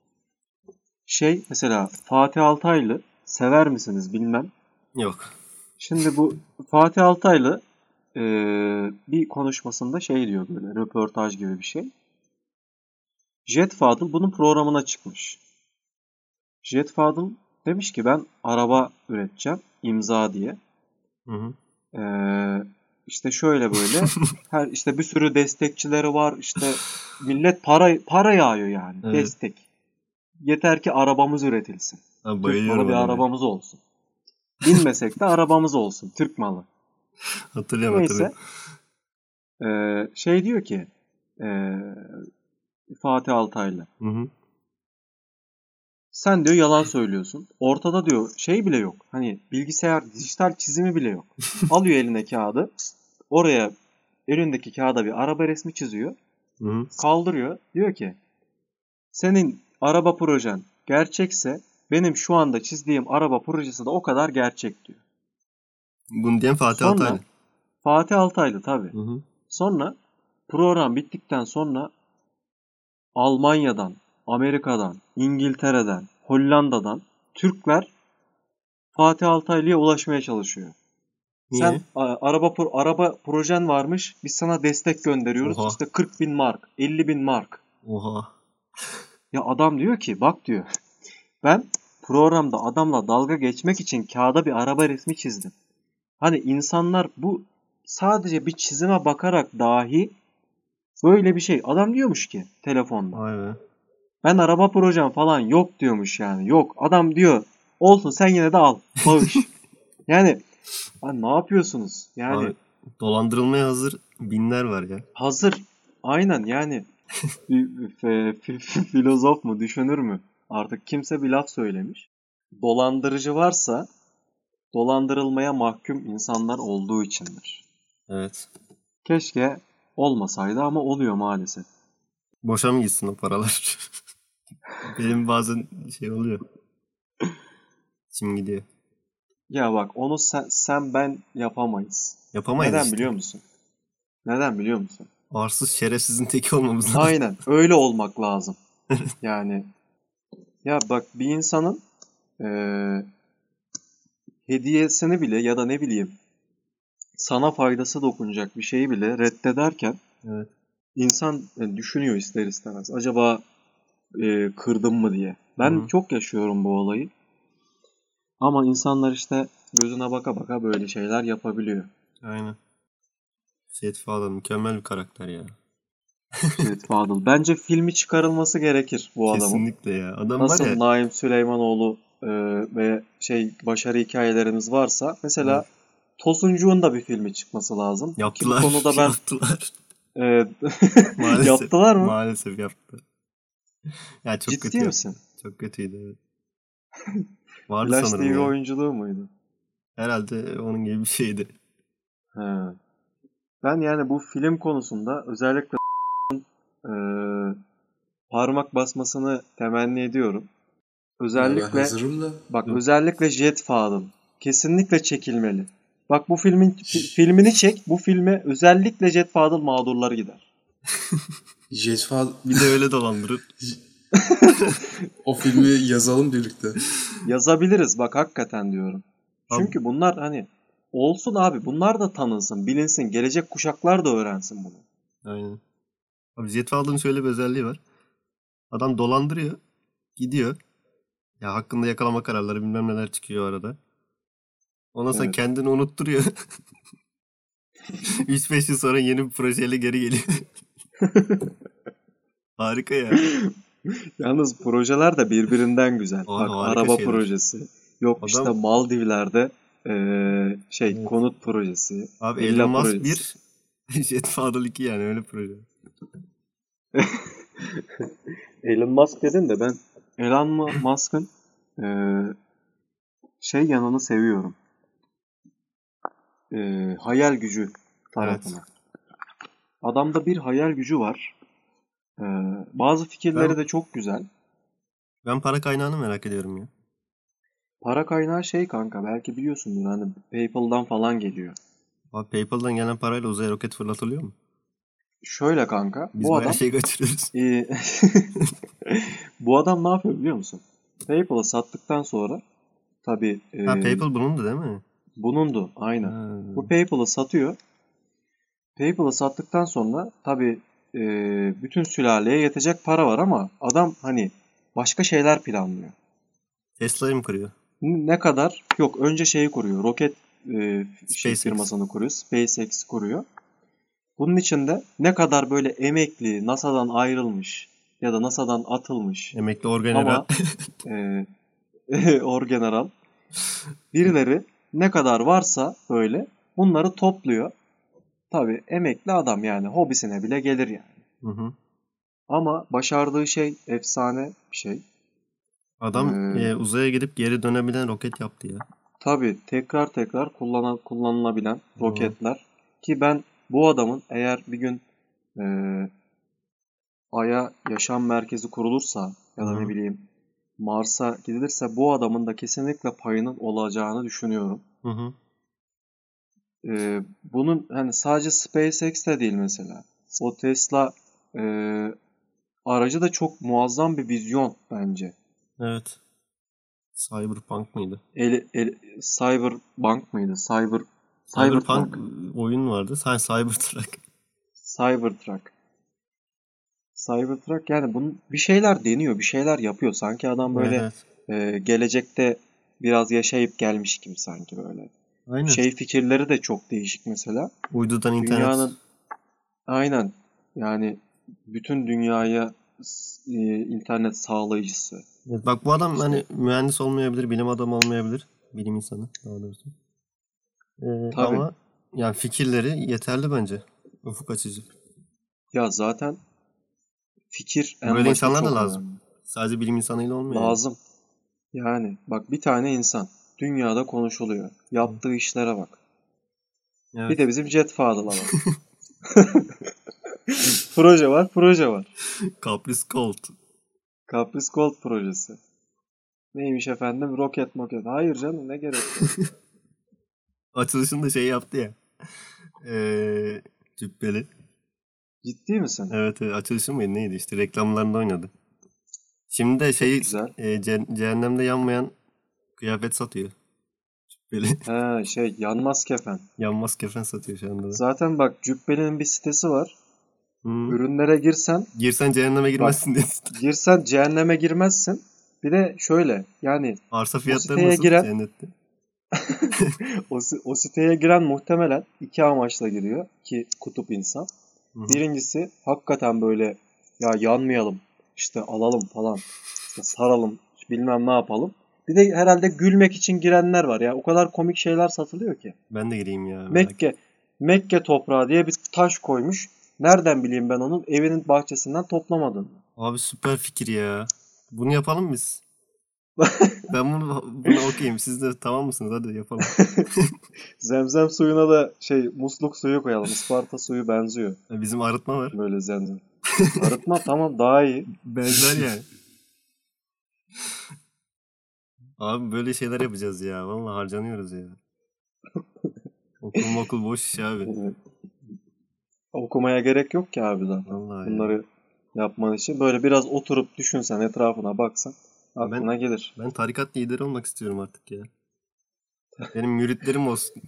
Mesela Fatih Altaylı sever misiniz bilmem. Yok. Şimdi bu Fatih Altaylı bir konuşmasında şey diyor böyle röportaj gibi bir şey. Jet Fadıl bunun programına çıkmış. Jet Fadıl demiş ki ben araba üreteceğim imza diye. Hı hı. İşte şöyle böyle işte bir sürü destekçileri var işte millet para yağıyor yani Evet. destek. Yeter ki arabamız üretilsin. Abi Türk malı bayılıyorum bir adamı. arabamız olsun. Binmesek de arabamız olsun Türk malı. Hatırlıyorum Neyse. hatırlıyorum. Şey diyor ki Fatih Altaylı. Hı hı. Sen diyor yalan söylüyorsun. Ortada diyor şey bile yok. Hani bilgisayar dijital çizimi bile yok. Alıyor eline kağıdı. Oraya elindeki kağıda bir araba resmi çiziyor. Hı hı. Kaldırıyor. Diyor ki senin araba projen gerçekse benim şu anda çizdiğim araba projesi de o kadar gerçek diyor. Bunu diyen Fatih Sonra Altaylı. Fatih Altaylı tabii. Hı hı. Sonra program bittikten sonra Almanya'dan, Amerika'dan, İngiltere'den, Hollanda'dan Türkler Fatih Altaylı'ya ulaşmaya çalışıyor. Sen Niye? araba projen varmış, biz sana destek gönderiyoruz. Oha. İşte 40 bin mark, 50 bin mark. Oha. Ya adam diyor ki bak diyor ben programda adamla dalga geçmek için kağıda bir araba resmi çizdim. Hani insanlar bu sadece bir çizime bakarak dahi böyle bir şey. Adam diyormuş ki telefonda. Vay be. Ben araba projem falan yok diyormuş yani. Yok. Adam diyor olsun sen yine de al. Bağış. Yani ne yapıyorsunuz? Yani Abi, dolandırılmaya hazır binler var ya. hazır. Aynen yani filozof mu düşünür mü? Artık kimse bir laf söylemiş. Dolandırıcı varsa dolandırılmaya mahkum insanlar olduğu içindir. Evet. Keşke olmasaydı ama oluyor maalesef. Boşa mı gitsin o paralar? Benim bazen şey oluyor. İçim gidiyor. Ya bak onu sen ben yapamayız. Yapamayız Neden işte. biliyor musun? Neden biliyor musun? Arsız şerefsizin teki olmamız lazım. Aynen öyle olmak lazım. Yani ya bak bir insanın hediyesini bile ya da ne bileyim sana faydası dokunacak bir şeyi bile reddederken Evet. insan düşünüyor ister istemez. Acaba kırdım mı diye. Ben Hı-hı. çok yaşıyorum bu olayı. Ama insanlar işte gözüne baka baka böyle şeyler yapabiliyor. Aynen. Seyit Fahdar mükemmel bir karakter ya. Evet Fadıl. Bence filmi çıkarılması gerekir bu adamın. Kesinlikle ya. Adam var Nasıl ya. Naim Süleymanoğlu ve başarı hikayelerimiz varsa mesela Evet. Tosuncuğun da bir filmi çıkması lazım. Ki bu Yaptılar. konuda ben Yaptılar. e, Maalesef. yaptılar mı? Maalesef yaptılar. Ya çok Ciddi kötü yaptı. misin? Çok kötüydü evet. Vardı Flash sanırım TV ya. oyunculuğu muydu? Herhalde onun gibi bir şeydi. He. Ben yani bu film konusunda özellikle e, parmak basmasını temenni ediyorum. Ya ben Özellikle hazırım da. bak Hı. özellikle Jet Fadıl kesinlikle çekilmeli. Bak bu filmini çek. Bu filme özellikle Jet Fadıl mağdurları gider. Jetfall Bir de öyle dolandırır. o filmi yazalım birlikte. Yazabiliriz bak hakikaten diyorum. Abi, Çünkü bunlar hani olsun abi bunlar da tanınsın, bilinsin. Gelecek kuşaklar da öğrensin bunu. aynen. Abi Jet Fahder'ın şöyle bir özelliği var. Adam dolandırıyor. Gidiyor. Ya hakkında yakalama kararları bilmem neler çıkıyor arada. Ondan sonra Evet. kendini unutturuyor. 3-5 yıl sonra yeni bir projeyle geri geliyor. Harika ya. Yalnız projeler de birbirinden güzel. Abi Bak harika araba şeyler. projesi. Yok işte Adam Maldivler'de evet. konut projesi. Abi Elon Villa Musk projesi. 1 Jet Fahder 2 yani öyle proje. Elon Musk dedin de ben Elon Musk'ın yanını seviyorum. Hayal gücü Evet. tarafını. Adamda bir hayal gücü var. Bazı fikirleri Ben de çok güzel. ben para kaynağını merak ediyorum ya. Para kaynağı kanka belki biliyorsundur hani PayPal'dan falan geliyor. Abi PayPal'dan gelen parayla uzaya roket fırlatılıyor mu? Şöyle kanka Biz bu bayağı adam şey kaçırıyoruz. e, bu adam ne yapıyor biliyor musun? PayPal'ı sattıktan sonra tabii Ha PayPal bunundu değil mi? bunundu aynen. Bu Ha, PayPal'ı satıyor. PayPal'ı sattıktan sonra tabii bütün sülaleye yetecek para var ama adam hani başka şeyler planlıyor. Tesla'yı mı kırıyor? Ne kadar? Yok önce şeyi kuruyor. Roket SpaceX. firmasını kuruyor. SpaceX kuruyor. Bunun içinde ne kadar böyle emekli, NASA'dan ayrılmış ya da NASA'dan atılmış Emekli orgeneral. ama orgeneral birileri ne kadar varsa böyle Bunları topluyor. Tabii emekli adam yani hobisine bile gelir yani. Hı hı. Ama başardığı şey efsane bir şey. Adam Ee, uzaya gidip geri dönebilen roket yaptı ya. tabii tekrar tekrar kullanılabilen Hı. roketler. Ki ben bu adamın eğer bir gün e, Ay'a yaşam merkezi kurulursa ya da ne Hı. bileyim Mars'a gidilirse bu adamın da kesinlikle payının olacağını düşünüyorum. Hı hı. Bunun hani sadece SpaceX de değil mesela. O Tesla e, aracı da çok muazzam bir vizyon bence. Evet. Cyberpunk mıydı? Cyberpunk mıydı? Cyberpunk Cybertruck. oyun vardı. Cybertruck. Cybertruck. Cybertruck yani bunun bir şeyler deniyor, bir şeyler yapıyor. Sanki adam Evet, böyle evet. gelecekte biraz yaşayıp gelmiş gibi sanki böyle. Aynen. Şey fikirleri de çok değişik mesela. Uydudan internet. Dünyanın aynen yani bütün dünyaya internet sağlayıcısı. Evet, bak bu adam İşte hani mühendis olmayabilir, bilim adamı olmayabilir. Bilim insanı daha doğrusu. tabii Ama yani fikirleri yeterli bence. Ufuk açıcı. ya zaten fikir en Böyle başta insanlar da çok lazım. önemli. Sadece bilim insanıyla olmuyor yani. Lazım. Yani bak bir tane insan dünyada konuşuluyor. Yaptığı işlere bak. Bir de Evet. bizim Jet Fadıl'a bak. Proje var, proje var. Caprice Colt. Caprice Gold projesi. Neymiş efendim? Roket moket. Hayır canım ne gerek var? Açılışında şey yaptı ya. Cübbeli. Ciddi misin? Evet, evet, açılışı mıydı neydi işte reklamlarında oynadı. Şimdi de Çok şey güzel. cehennemde yanmayan kıyafet satıyor. Cübbeli. He şey yanmaz kefen. Yanmaz kefen satıyor şu anda da. Zaten bak Cübbeli'nin bir sitesi var. Hı. Ürünlere girsen Girsen cehenneme bak girmezsin diye. girsen cehenneme girmezsin. Bir de şöyle yani Arsa o fiyatları siteye nasıl giren cennette? o siteye giren muhtemelen iki amaçla giriyor ki kutup insan. Hı hı. Birincisi hakikaten böyle ya yanmayalım işte alalım falan işte saralım bilmem ne yapalım. Bir de herhalde gülmek için girenler var ya o kadar komik şeyler satılıyor ki. Ben de gireyim ya merak Mekke ettim. Mekke toprağı diye bir taş koymuş. Nereden bileyim ben onun evinin bahçesinden toplamadığını. Abi süper fikir ya. Bunu yapalım biz. Ben bunu okuyayım. Siz de tamam mısınız? Hadi yapalım. Zemzem suyuna da şey musluk suyu koyalım. Isparta suyu benziyor. Bizim arıtma var. Böyle zemzem. Arıtma tamam daha iyi. Benzer yani. Abi böyle şeyler yapacağız ya. Vallahi harcanıyoruz ya. Okul boş iş abi. Yani okumaya gerek yok ki abi zaten. Vallahi ya. Bunları yapman için böyle biraz oturup düşünsen, etrafına baksan Ben aklına gelir. ben tarikat lideri olmak istiyorum artık ya. Benim müritlerim olsun.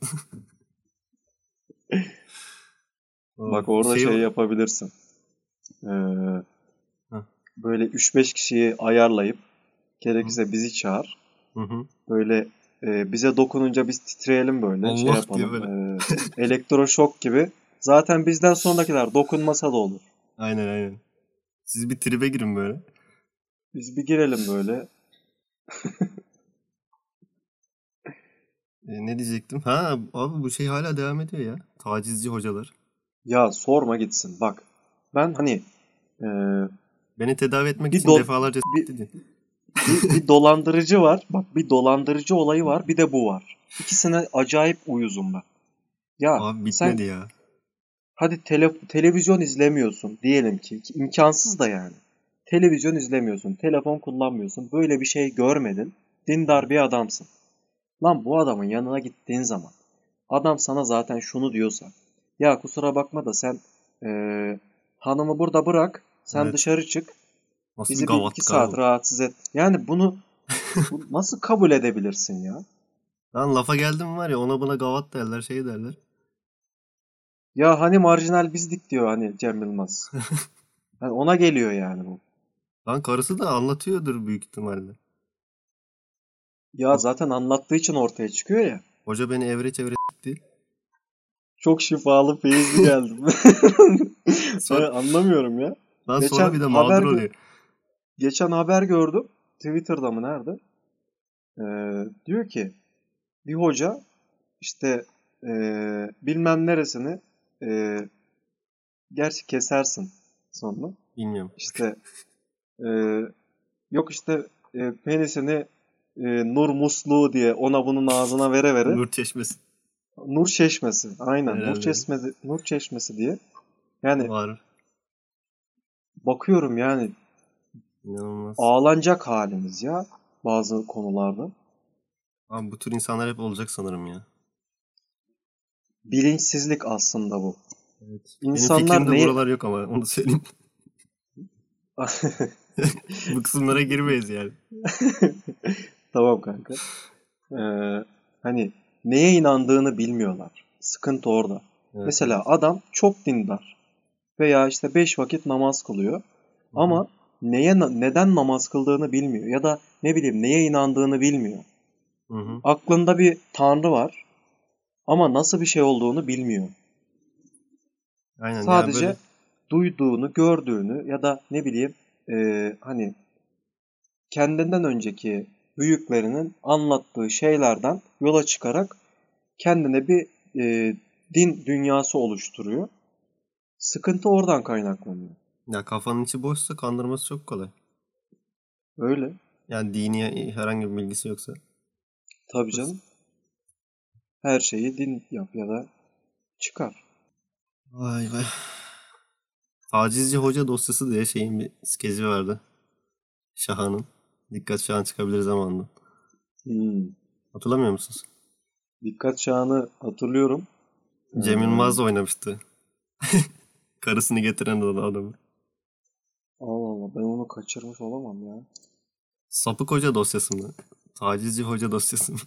Bak Of, orada şey şey yapabilirsin. Ee, Heh, böyle 3-5 kişiyi ayarlayıp hı, gerekirse bizi çağır. hı, hı. Böyle bize dokununca biz titreyelim böyle şey Allah diye yapalım. böyle. Elektroşok gibi. Zaten bizden sonrakiler dokunmasa da olur. Aynen, aynen. Siz bir tribe girin böyle. Biz bir girelim böyle. Ne diyecektim? Ha abi bu şey hala devam ediyor ya. Tacizci hocalar. Ya sorma gitsin. Bak ben hani e, Beni tedavi etmek bir, için do defalarca bir, dedi. bir dolandırıcı var. Bak bir dolandırıcı olayı var. Bir de bu var. İkisine acayip uyuzum ben. Ya Abi sen bitmedi ya. hadi televizyon izlemiyorsun diyelim ki imkansız da yani. Televizyon izlemiyorsun, telefon kullanmıyorsun. Böyle bir şey görmedin. Dindar bir adamsın. Lan bu adamın yanına gittiğin zaman adam sana zaten şunu diyorsa ya kusura bakma da sen hanımı burada bırak sen Evet. dışarı çık Nasıl bir bizi bir iki gavatlık abi saat bu? rahatsız et. Yani bu nasıl kabul edebilirsin ya? Lan lafa geldim var ya ona buna gavat derler şey derler. Ya hani marjinal bizdik diyor hani Cem Yılmaz. Yani ona geliyor yani bu. Lan karısı da anlatıyordur büyük ihtimalle. Ya zaten anlattığı için ortaya çıkıyor ya. Hoca beni evre çevre s**ti. Çok şifalı, feyizli geldim. Sonra, Anlamıyorum ya. sonra Geçen bir de haber mağdur gö- oluyor. geçen haber gördüm. Twitter'da mı nerede? Diyor ki bir hoca işte bilmem neresini gerçi kesersin sonra. Bilmiyorum. İşte yok işte penisini nur musluğu diye ona bunun ağzına vere vere Nur çeşmesi. nur çeşmesi. Aynen. Herhalde. Nur çeşmesi diye. Yani Var. bakıyorum yani İnanılmaz. ağlanacak halimiz ya bazı konularda. Abi bu tür insanlar hep olacak sanırım ya. Bilinçsizlik aslında bu. Evet. İnsanlar Benim fikrimde neyi... buralar yok ama onu söyleyeyim. Bu kısımlara girmeyiz yani. Tamam kanka. Hani neye inandığını bilmiyorlar. Sıkıntı orada. Evet, Mesela evet. adam çok dindar veya işte 5 vakit namaz kılıyor Hı-hı. ama neden namaz kıldığını bilmiyor ya da ne bileyim neye inandığını bilmiyor. Hı-hı. Aklında bir tanrı var ama nasıl bir şey olduğunu bilmiyor. Aynen yani Sadece böyle duyduğunu, gördüğünü ya da ne bileyim hani kendinden önceki büyüklerinin anlattığı şeylerden yola çıkarak kendine bir din dünyası oluşturuyor. Sıkıntı oradan kaynaklanıyor. ya kafanın içi boşsa kandırması çok kolay. Öyle. Yani dini herhangi bir bilgisi yoksa. Tabii canım. Her şeyi din yap ya da çıkar. Vay vay. Tacizci hoca dosyası diye şeyin bir skeci vardı. Şahan'ın. Dikkat Şahan çıkabilir zamanında. Hatırlamıyor musunuz? Dikkat Çağını hatırlıyorum. Cem Yılmaz oynamıştı. Karısını getiren adamı. Allah Allah ben onu kaçırmış olamam ya. Sapık hoca dosyası mı? Tacizci hoca dosyası mı?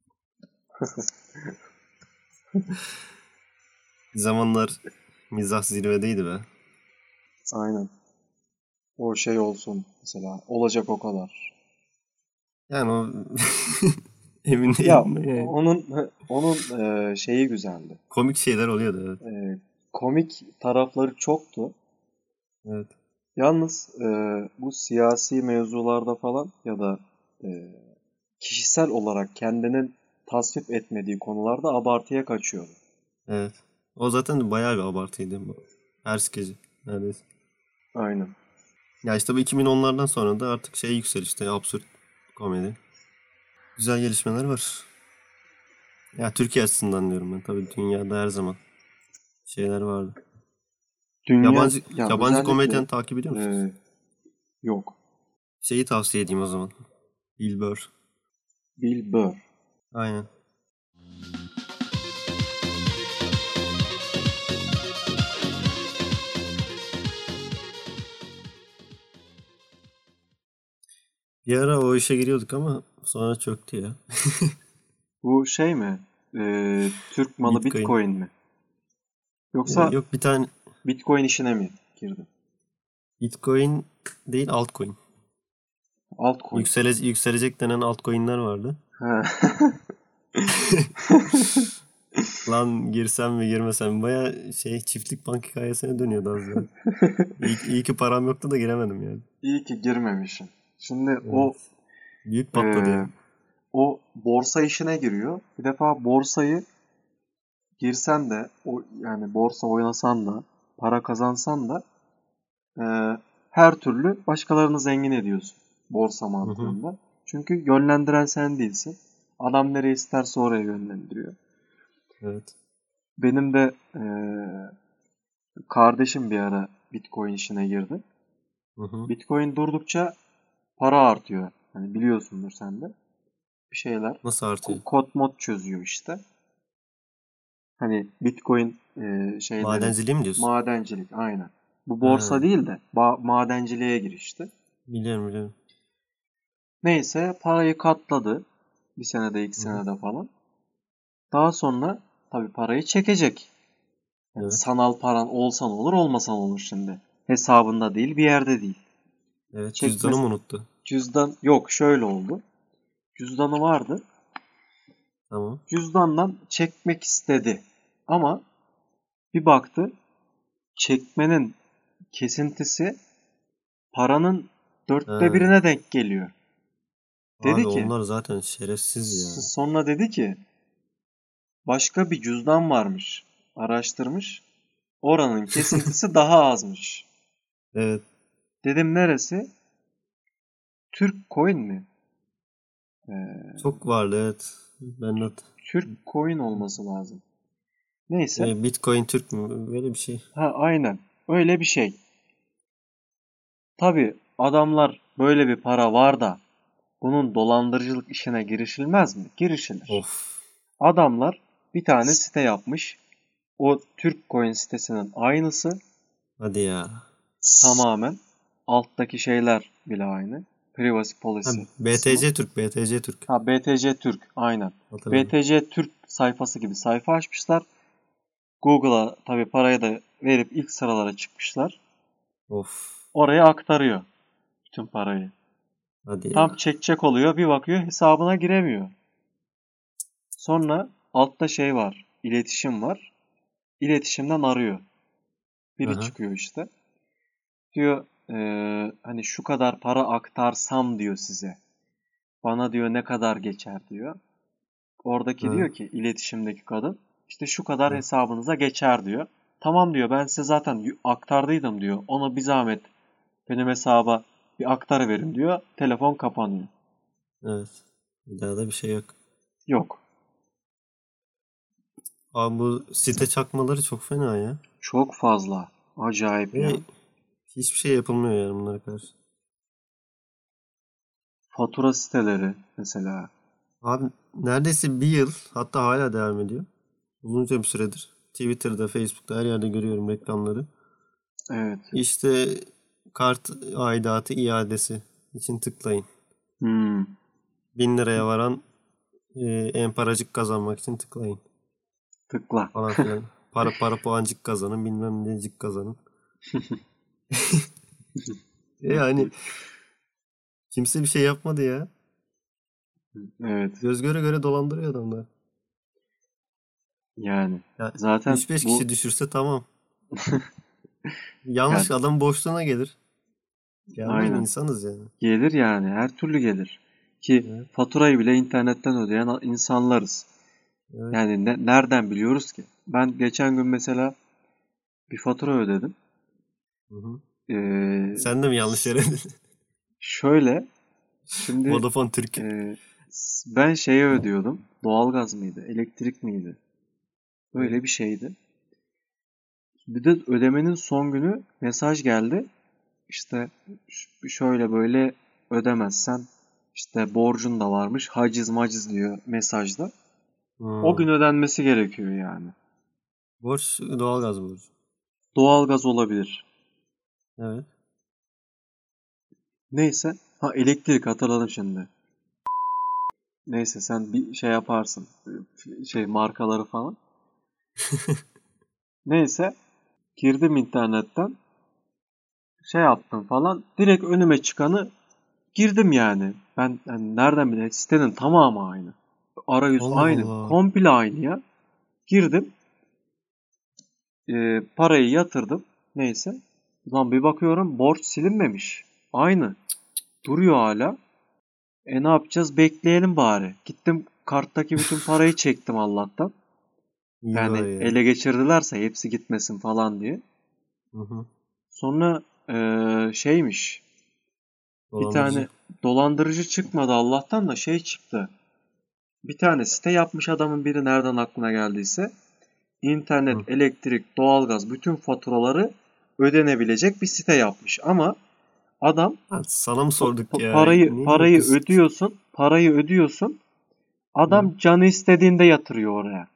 Bir zamanlar mizah zirvedeydi be. Aynen. O şey olsun mesela. Olacak o kadar. Yani o emin Ya değilim de yani. onun şeyi güzeldi. Komik şeyler oluyordu evet. Komik tarafları çoktu. Evet. Yalnız bu siyasi mevzularda falan ya da e, kişisel olarak kendinin tasvip etmediği konularda abartıya kaçıyordu. Evet. O zaten bayağı bir abartıydı bu. Her skeci neredeyse. Aynen. Ya işte bu 2010'lardan sonra da artık şey yükselişte absürt komedi. Güzel gelişmeler var. Ya Türkiye açısından diyorum ben. Tabii dünyada her zaman şeyler vardı. Dünya Yabancı ya yabancı özellikle komedyen takip ediyor musunuz? yok. Şeyi tavsiye edeyim o zaman. Bill Burr. Bill Burr. Aynen. Bir ara o işe giriyorduk ama sonra çöktü ya. Bu şey mi? Türk malı Bitcoin. Bitcoin mi? Yoksa Yok bir tane Bitcoin işine mi girdin? Bitcoin değil altcoin. Altcoin. Yükselecek denen altcoin'ler vardı. Ha. Lan girsem mi girmesem mi? Baya şey çiftlik bank hikayesine dönüyordu az daha. İyi ki param yoktu da giremedim yani. İyi ki girmemişim. Şimdi Evet. Büyük e, patladı ya. o borsa işine giriyor. Bir defa borsayı girsen de o yani borsa oynasan da para kazansan da e, her türlü başkalarını zengin ediyorsun borsa Hı hı. mantığında. Çünkü yönlendiren sen değilsin. Adam nereye isterse oraya yönlendiriyor. Evet. Benim de kardeşim bir ara Bitcoin işine girdi. Hı hı. Bitcoin durdukça para artıyor. Hani biliyorsundur sen de. Bir şeyler. Nasıl artıyor? Kod mod çözüyor işte. Hani Bitcoin şeyleri. Madenciliği mi diyorsun? Madencilik aynen. Bu borsa Ha, değil de madenciliğe girişti. biliyorum. Neyse parayı katladı. Bir senede iki Hı hı. senede falan. Daha sonra tabii parayı çekecek. Yani Evet. sanal paran olsan olur olmasan olur şimdi. Hesabında değil bir yerde değil. Evet Çekme cüzdanımı unuttu. cüzdan yok şöyle oldu. Cüzdanı vardı. Tamam. Cüzdandan çekmek istedi. Ama bir baktı çekmenin kesintisi paranın dörtte Ha. birine denk geliyor. Abi Dedi ki onlar zaten şerefsiz ya. sonra dedi ki başka bir cüzdan varmış. Araştırmış. Oranın kesintisi daha azmış. Evet. Dedim neresi? Türk Coin mi? Çok vardı evet. Ben de Türk Coin olması lazım. Neyse. Bitcoin Türk mü? Böyle bir şey. Ha aynen. Öyle bir şey. Tabii adamlar böyle bir para var da bunun dolandırıcılık işine girişilmez mi? Girişilir. Of. Adamlar bir tane site yapmış. O Türk Coin sitesinin aynısı Hadi ya. tamamen. Alttaki şeyler bile aynı. Privacy Ha, Policy kısmı. BTC Türk. BTC Türk. Ha BTC Türk aynen. Hatırladım. BTC Türk sayfası gibi sayfa açmışlar. Google'a tabii parayı da verip ilk sıralara çıkmışlar. Of. Oraya aktarıyor bütün parayı. Hadi Tam ya. çekecek oluyor. Bir bakıyor hesabına giremiyor. Sonra altta şey var. İletişim var. İletişimden arıyor. Biri Aha. çıkıyor işte. Diyor hani şu kadar para aktarsam diyor size. Bana diyor ne kadar geçer diyor. Oradaki Hı. diyor ki iletişimdeki kadın işte şu kadar Hı. hesabınıza geçer diyor. Tamam diyor ben size zaten aktardıydım diyor. Ona bir zahmet benim hesaba bir aktarıverin diyor. Telefon kapanıyor. Evet. Bir daha da bir şey yok. Yok. Abi bu site çakmaları çok fena ya. Çok fazla. Acayip ya. Ve hiçbir şey yapılmıyor yani bunlara karşı. Fatura siteleri mesela. Abi neredeyse bir yıl hatta hala devam ediyor. Uzunca bir süredir. Twitter'da, Facebook'ta her yerde görüyorum reklamları. Evet. İşte kart aidatı iadesi için tıklayın. 1000 liraya varan en paracık kazanmak için tıklayın. Tıkla. Falan filan. Para puancık kazanın bilmem necik kazanın. Yani kimse bir şey yapmadı ya. Evet. Göz göre göre dolandırıyor adamlar. Yani. Ya Zaten 3-5 bu kişi düşürse tamam. Yanlış yani, adam boşluğuna gelir. Gelmez mi? aynen. İnsanız yani. Gelir yani. Her türlü gelir. Ki Evet, faturayı bile internetten ödeyen insanlarız. evet. Yani nereden biliyoruz ki? Ben geçen gün mesela bir fatura ödedim. Hı hı. Ee, Sen de mi yanlış yere? şöyle şimdi Vodafone Türk. ben şeye ödüyordum. Doğalgaz mıydı? Elektrik miydi? Evet. Öyle bir şeydi. Bir de ödemenin son günü mesaj geldi. İşte şöyle böyle ödemezsen işte borcun da varmış. Haciz maciz diyor mesajda. O Hmm. gün ödenmesi gerekiyor yani. Borç doğalgaz borcu. Doğalgaz olabilir. Evet. Neyse. Ha elektrik hatırladım şimdi. Neyse sen bir şey yaparsın. Şey markaları falan. Neyse. Girdim internetten. Şey yaptım falan. Direkt önüme çıkanı girdim yani. Ben yani nereden bileyim sitenin tamamı aynı. Arayüz Allah aynı. Allah. Komple aynı ya. Girdim. Parayı yatırdım. Neyse. Lan bir bakıyorum borç silinmemiş. Aynı. Duruyor hala. Ne yapacağız? Bekleyelim bari. Gittim karttaki bütün parayı çektim Allah'tan. İyi var Yani ya. ele geçirdilerse hepsi gitmesin falan diye. Hı hı. Sonra şeymiş. Bir Dolandırıcı. tane dolandırıcı çıkmadı Allah'tan da şey çıktı. Bir tane site yapmış adamın biri nereden aklına geldiyse. İnternet, Hı. elektrik, doğalgaz bütün faturaları ödenebilecek bir site yapmış. Ama adam Ha, sana mı sorduk ya? parayı Niye parayı yapıyorsun? ödüyorsun, parayı ödüyorsun. Hı. Adam canı istediğinde yatırıyor oraya.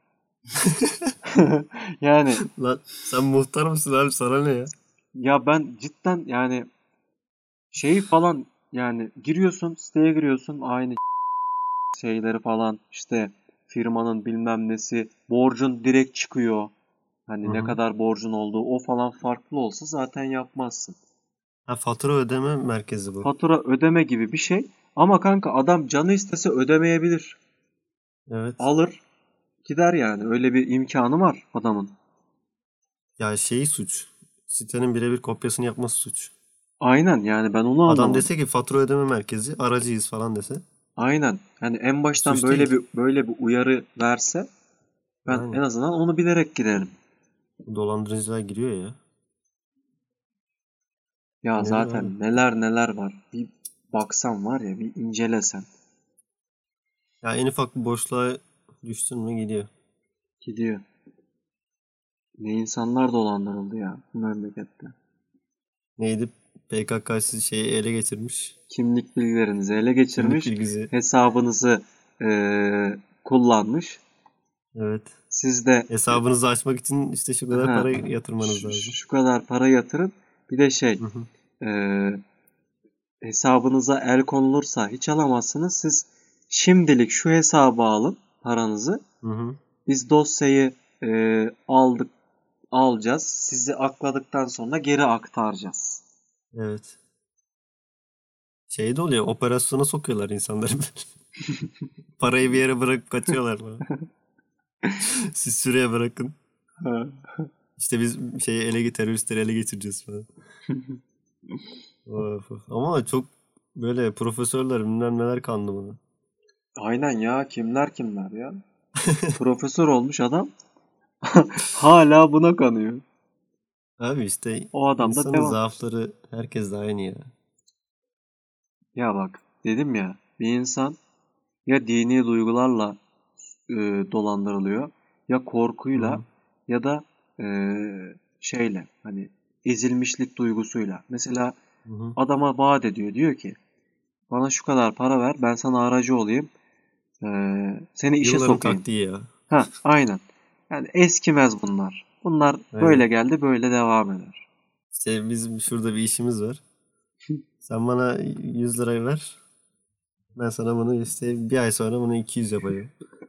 Yani Lan sen muhtar mısın abi? Sana ne ya? ya ben cidden yani şeyi falan yani giriyorsun siteye giriyorsun aynı şeyleri falan işte firmanın bilmem nesi borcun direkt çıkıyor. Hı Hani ne hı. kadar borcun olduğu o falan farklı olsa zaten yapmazsın. Ha, fatura ödeme merkezi bu. Fatura ödeme gibi bir şey. Ama kanka adam canı istese ödemeyebilir. Evet. Alır gider yani. Öyle bir imkanı var adamın. Ya şeyi suç. Sitenin birebir kopyasını yapması suç. Aynen yani ben onu Adam anlamadım. dese ki fatura ödeme merkezi aracıyız falan dese Aynen. Yani en baştan suç değil. böyle bir uyarı verse Ben Yani. en azından onu bilerek girerim. Dolandırıcılar giriyor ya. Ya Nedir zaten abi? neler var. Bir baksan var ya, bir incelesen. Ya en ufak bir boşluğa düştün mü gidiyor. Gidiyor. Ne insanlar dolandırıldı ya bu memlekette. Neydi? PKK'sı şeyi ele geçirmiş. Kimlik bilgilerinizi ele Kimlik geçirmiş. bilgisi. Hesabınızı kullanmış. Evet. Siz de Hesabınızı açmak için işte şu kadar ha, para yatırmanız lazım. şu kadar para yatırın. Bir de Hı hı. hesabınıza el konulursa hiç alamazsınız. Siz şimdilik şu hesaba alın paranızı. Hı hı. Biz dosyayı alacağız. Sizi akladıktan sonra geri aktaracağız. Evet. Şey de oluyor. Operasyona sokuyorlar insanları. Parayı bir yere bırakıp kaçıyorlar falan. Siz şuraya bırakın. İşte biz teröristleri ele geçireceğiz falan. Of, of. Ama çok böyle profesörler bilmem neler kandı bana. Aynen ya, kimler ya. Profesör olmuş adam hala buna kanıyor. Abi işte O adam da insanın devam. zaafları herkes de aynı ya. Ya bak, dedim ya, bir insan ya dini duygularla dolandırılıyor, ya Hı korkuyla, hı. ya da e, şeyle, hani ezilmişlik duygusuyla. Mesela Hı hı. adama vaat ediyor, diyor ki bana şu kadar para ver, ben sana aracı olayım, e, seni işe Yılların sokayım. taktiği ya. Ha, aynen. Yani eskimez bunlar. Bunlar Aynen. böyle geldi, böyle devam eder. İşte bizim şurada bir işimiz var. Sen bana 100 lirayı ver. Ben sana bunu işte bir ay sonra bunu 200 yapacağım.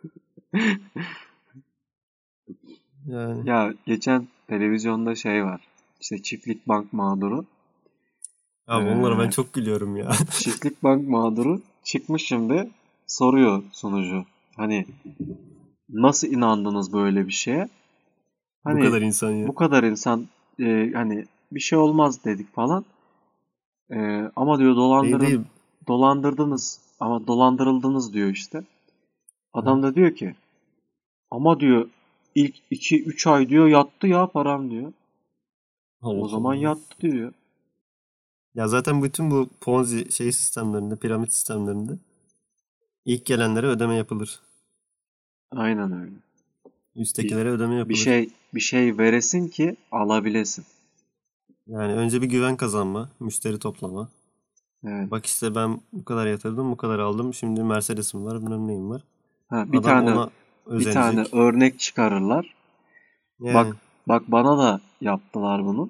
Yani. Ya geçen televizyonda şey var. İşte Çiftlik Bank mağduru. Abi onlara ben Ee, çok gülüyorum ya. Çiftlik Bank mağduru çıkmış şimdi, soruyor sunucu. Hani nasıl inandınız böyle bir şeye? Bu Hani kadar insan ya. bu kadar insan, hani bir şey olmaz dedik falan. Ama diyor Şey değil. dolandırdınız ama dolandırıldınız diyor işte. Hı. Adam da diyor ki ama diyor ilk 2-3 ay diyor yattı ya param diyor. O Allah zaman Allah. yattı diyor. Ya zaten bütün bu Ponzi sistemlerinde, piramit sistemlerinde ilk gelenlere ödeme yapılır. Aynen öyle. Bir, Üsttekilere ödeme bir yapılır. şey bir şey veresin ki alabilesin. Yani önce bir güven kazanma, müşteri toplama. Evet. Bak işte ben bu kadar yatırdım, bu kadar aldım. Şimdi Mercedes'im var, bilmem neyim var. Ha, Adam ona bir tane özenecek. örnek çıkarırlar. Yani Bak bak, bana da yaptılar bunu.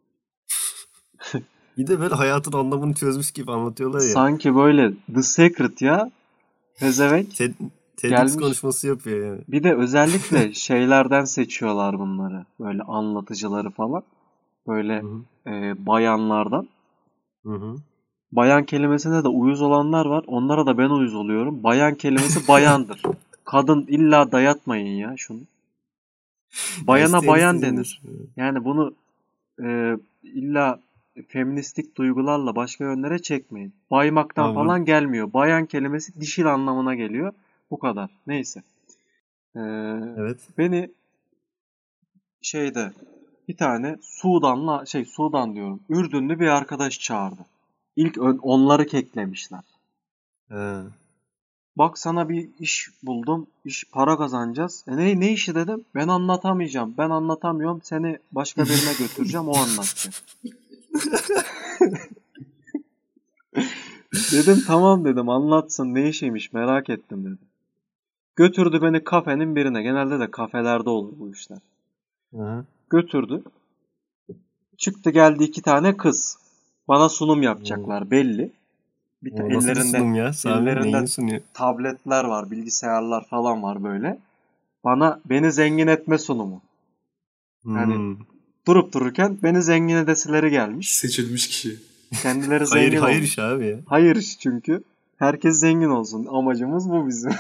bir de böyle hayatın anlamını çözmüş gibi anlatıyorlar ya. Sanki böyle The Secret ya. Pezevenk TED, TEDx gelmiş. konuşması yapıyor yani. Bir de özellikle şeylerden seçiyorlar bunları. Böyle anlatıcıları falan. Hı Böyle hı. bayanlardan. Hı hı. Bayan kelimesine de uyuz olanlar var. Onlara da ben uyuz oluyorum. Bayan kelimesi bayandır. Kadın illa dayatmayın ya şunu. Ya Bayana isteyen bayan istediğini denir. düşünüyor. Yani bunu illa feministik duygularla başka yönlere çekmeyin. Baymaktan Abi falan gelmiyor. Bayan kelimesi dişil anlamına geliyor. Bu kadar. Neyse. E, evet. beni şeyde bir tane Sudan diyorum. Ürdünlü bir arkadaş çağırdı. İlk onları keklemişler. He. Bak sana bir iş buldum. Para kazanacağız. Ne işi dedim. Ben anlatamayacağım. Ben anlatamıyorum. Seni başka birine götüreceğim. O anlatacak. Dedim tamam, dedim, anlatsın, ne işiymiş, merak ettim dedim. Götürdü beni kafenin birine. Genelde de kafelerde olur bu işler. Aha. Götürdü. Çıktı geldi 2 tane kız. Bana sunum O, yapacaklar belli. o nasıl bir Ellerinde sunum ya Sami? ellerinde Neyini sunuyor? tabletler var, bilgisayarlar falan var böyle. Beni zengin etme sunumu. Yani Hmm. durup dururken beni zengin edeseleri gelmiş. Seçilmiş kişi. Kendileri Hayır zengin hayır iş olmuş. abi ya. Hayır iş çünkü. Herkes zengin olsun. Amacımız bu bizim.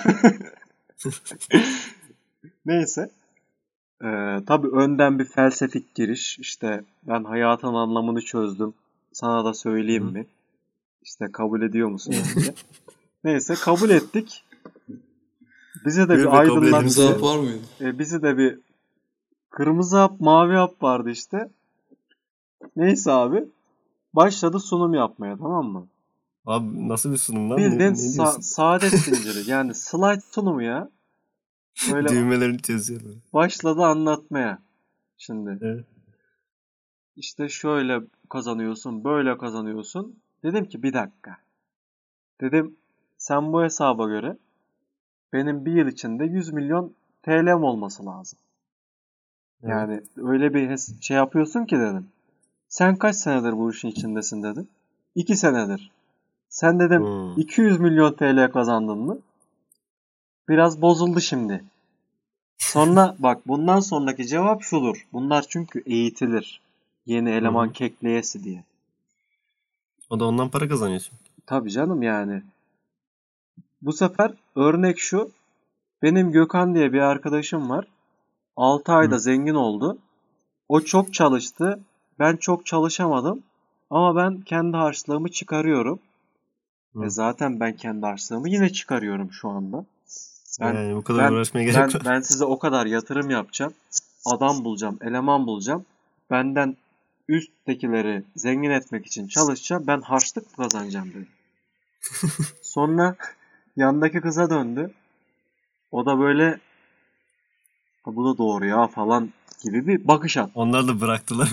Neyse. Tabii önden bir felsefik giriş. İşte ben hayatın anlamını çözdüm. Sana da Hı söyleyeyim hı. mi? İşte kabul ediyor musun önce? Neyse kabul ettik. Bize de Buyur be, bir kabul aydınlat. ederim. Kırmızı hap var mıydı? Bize de bir kırmızı hap, mavi hap vardı işte. Neyse abi. Başladı sunum yapmaya, tamam mı? Abi nasıl bir sunum lan? Bildiğin Ne diyorsun? saadet zinciri. Yani slide sunumu ya. Böyle Düğmelerini çözüyorlar. başladı anlatmaya. Şimdi Evet. işte şöyle kazanıyorsun, böyle kazanıyorsun. Dedim ki bir dakika. Dedim sen bu hesaba göre benim bir yıl içinde 100 milyon TL'm olması lazım. Evet. Yani öyle bir şey yapıyorsun ki dedim. Sen kaç senedir bu işin içindesin dedim. 2 senedir. Sen dedim Hmm. 200 milyon TL kazandın mı? Biraz bozuldu şimdi. Sonra bak bundan sonraki cevap şudur. Bunlar çünkü eğitilir. Yeni eleman Hı hı. kekleyesi diye. O da ondan para kazanıyor çünkü. Tabii canım yani. Bu sefer örnek şu. Benim Gökhan diye bir arkadaşım var. 6 ayda Hı. zengin oldu. O çok çalıştı. Ben çok çalışamadım. Ama ben kendi harçlığımı çıkarıyorum. Hı. Zaten ben kendi harçlığımı yine çıkarıyorum şu anda. Ben Yani bu kadar ben uğraşmaya gerek ben var. ben size o kadar yatırım yapacağım. Adam bulacağım, eleman bulacağım. Benden üsttekileri zengin etmek için çalışacağım. Ben harçlık kazanacağım dedi. Sonra yandaki kıza döndü. O da böyle bu da doğru ya falan gibi bir bakış attı. Onlar da bıraktılar.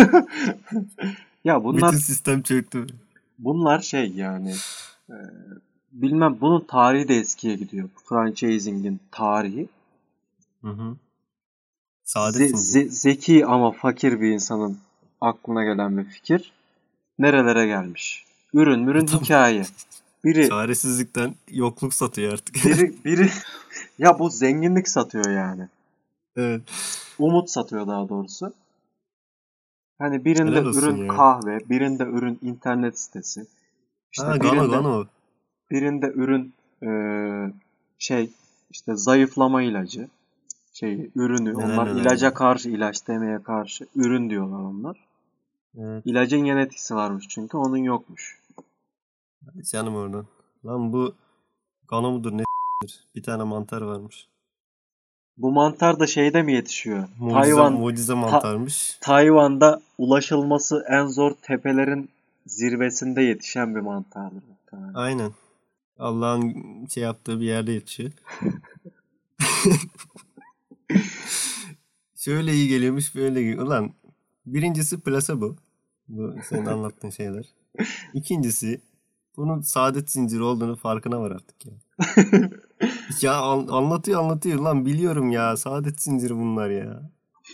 Ya Bütün sistem çöktü. bunlar şey yani e, bilmem bunun tarihi de eskiye gidiyor. Franchising'in tarihi. Hı hı. Saadet zinciri. Zeki ama fakir bir insanın aklına gelen bir fikir. Nerelere gelmiş? Ürün mürün Tam hikaye. Biri çaresizlikten yokluk satıyor artık. biri ya bu zenginlik satıyor yani. Evet. Umut satıyor daha doğrusu. Hani birinde Helal olsun ürün ya. kahve, birinde ürün internet sitesi. Ha, İşte Gano birinde Gano. birinde ürün şey işte zayıflama ilacı. Ürünü. Neler Onlar neler ilaca ya. karşı, ilaç demeye karşı ürün diyorlar onlar. Evet. İlacın yan etkisi varmış çünkü onun yokmuş. Canım oradan. Lan bu Gano mudur ne bir tane mantar varmış. Bu mantar da şeyde mi yetişiyor? Mucize mantarmış. Tayvan'da ulaşılması en zor tepelerin zirvesinde yetişen bir mantardır muhtemelen. Aynen. Allah'ın şey yaptığı bir yerde yetişiyor. Şöyle iyi geliyormuş böyle geliyor. Ulan birincisi placebo. Bu senin anlattığın şeyler. İkincisi bunun saadet zinciri olduğunu farkına var artık ya. Ya anlatıyor lan biliyorum ya saadet zinciri bunlar ya.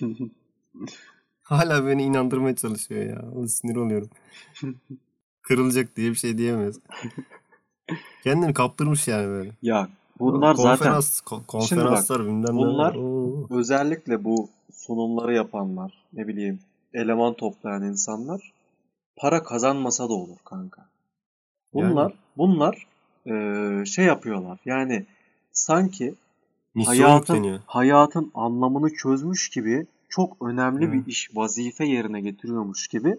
Hala beni inandırmaya çalışıyor ya. Vallahi sinir oluyorum. Kırılacak diye bir şey diyemiyoruz. Kendini kaptırmış yani böyle. Ya bunlar zaten şimdi bak Konferanslar bilmem neler. bunlar Oo. özellikle bu sunumları yapanlar ne bileyim eleman toplayan insanlar para kazanmasa da olur kanka. Yani Bunlar şey yapıyorlar yani sanki misyon yükleniyor. hayatın anlamını çözmüş gibi çok önemli Evet. bir iş, vazife yerine getiriyormuş gibi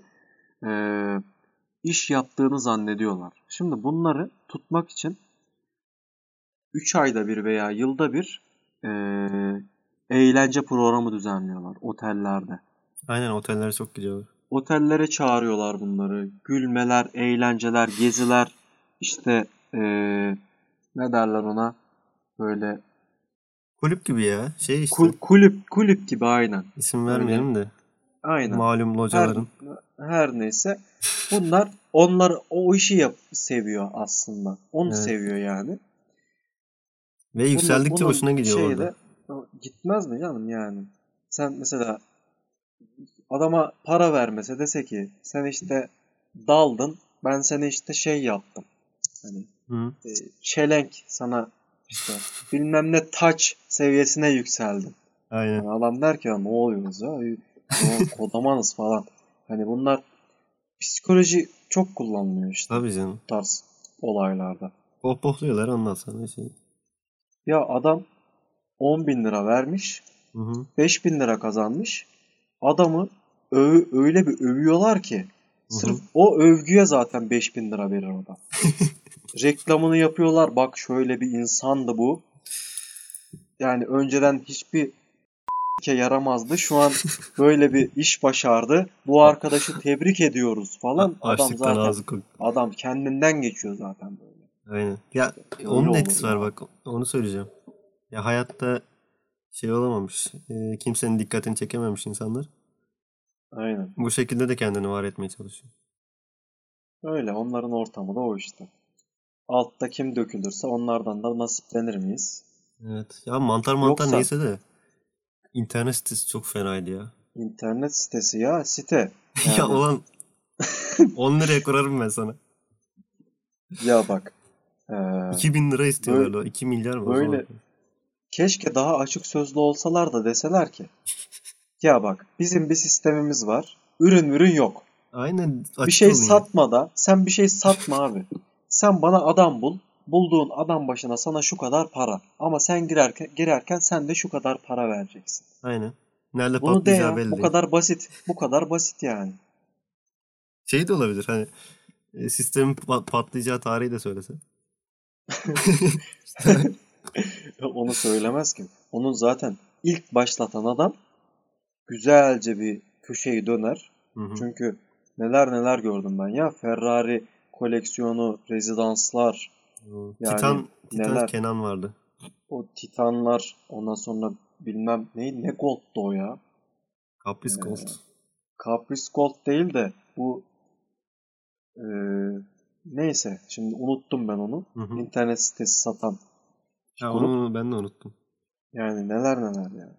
iş yaptığını zannediyorlar. Şimdi bunları tutmak için 3 ayda bir veya yılda bir eğlence programı düzenliyorlar otellerde. Aynen otellere çok gidiyorlar. Otellere çağırıyorlar bunları. Gülmeler, eğlenceler, geziler, işte ne derler ona? Böyle Kulüp gibi ya. Şey işte. kulüp gibi aynen. İsim Böyle vermeyelim de. aynen. Malum Her locaların. her neyse onlar o işi seviyor aslında. Onu Evet. seviyor yani. Ve yükseldikçe Bunun hoşuna gidiyor şeyi orada. de gitmez mi canım yani? Sen mesela adama para vermese dese ki sen işte daldın ben seni işte şey yaptım. Hani Hı. çelenk sana işte bilmem ne taç seviyesine yükseldin. Aynen. Hani adam der ki ya ne oluyoruz ya? Kodamanız falan. Hani bunlar psikoloji çok kullanılıyor işte Tabii canım. bu tarz olaylarda. Pohpohluyorlar ondan sonra şey. Ya adam 10 bin lira vermiş, Hı hı. 5 bin lira kazanmış. Adamı öyle bir övüyorlar ki Hı sırf hı. o övgüye zaten 5 bin lira verir adam. Reklamını yapıyorlar. Bak şöyle bir insandı bu. yani önceden hiçbir yaramazdı. Şu an böyle bir iş başardı. Bu arkadaşı tebrik ediyoruz falan. Adam Açlıktan zaten ağzı koktu. adam kendinden geçiyor zaten böyle. Aynen. Ya Öyle onun da olur etkisi var ya. bak. Onu söyleyeceğim. Ya hayatta şey olamamış. Kimsenin dikkatini çekememiş insanlar. Aynen. Bu şekilde de kendini var etmeye çalışıyor. Öyle. Onların ortamı da o işte. Altta kim dökülürse onlardan da nasiplenir miyiz? Evet. Ya mantar Yoksa neyse de internet sitesi çok fenaydı ya. internet sitesi ya site. Ya Yani olan 10 liraya kurarım ben sana. ya bak eee, 2000 lira böyle, istiyorlar da. 2 milyar mı? O zaman. böyle keşke daha açık sözlü olsalar da deseler ki ya bak bizim bir sistemimiz var. Ürün yok. Aynen Bir açık şey olun ya. satma da sen bir şey satma abi. Sen bana adam bul. Bulduğun adam başına sana şu kadar para. Ama sen girerken sen de şu kadar para vereceksin. Aynen. Nerede Bunu de patlayacağı ya. Bu belli değil. kadar basit. Bu kadar basit yani. Şey de olabilir hani sistemin patlayacağı tarihi de söylese. Onu söylemez ki. Onun zaten ilk başlatan adam güzelce bir köşeyi döner. Hı hı. Çünkü neler neler gördüm ben ya. Ferrari koleksiyonu, rezidanslar, yani Titan neler. Kenan vardı. O Titanlar, ondan sonra bilmem ne Gold'du o ya. Caprice Gold. Caprice Gold değil de bu e, neyse şimdi unuttum ben onu. Hı hı. İnternet sitesi satan Ha, grup. onu ben de unuttum. Yani neler neler ya.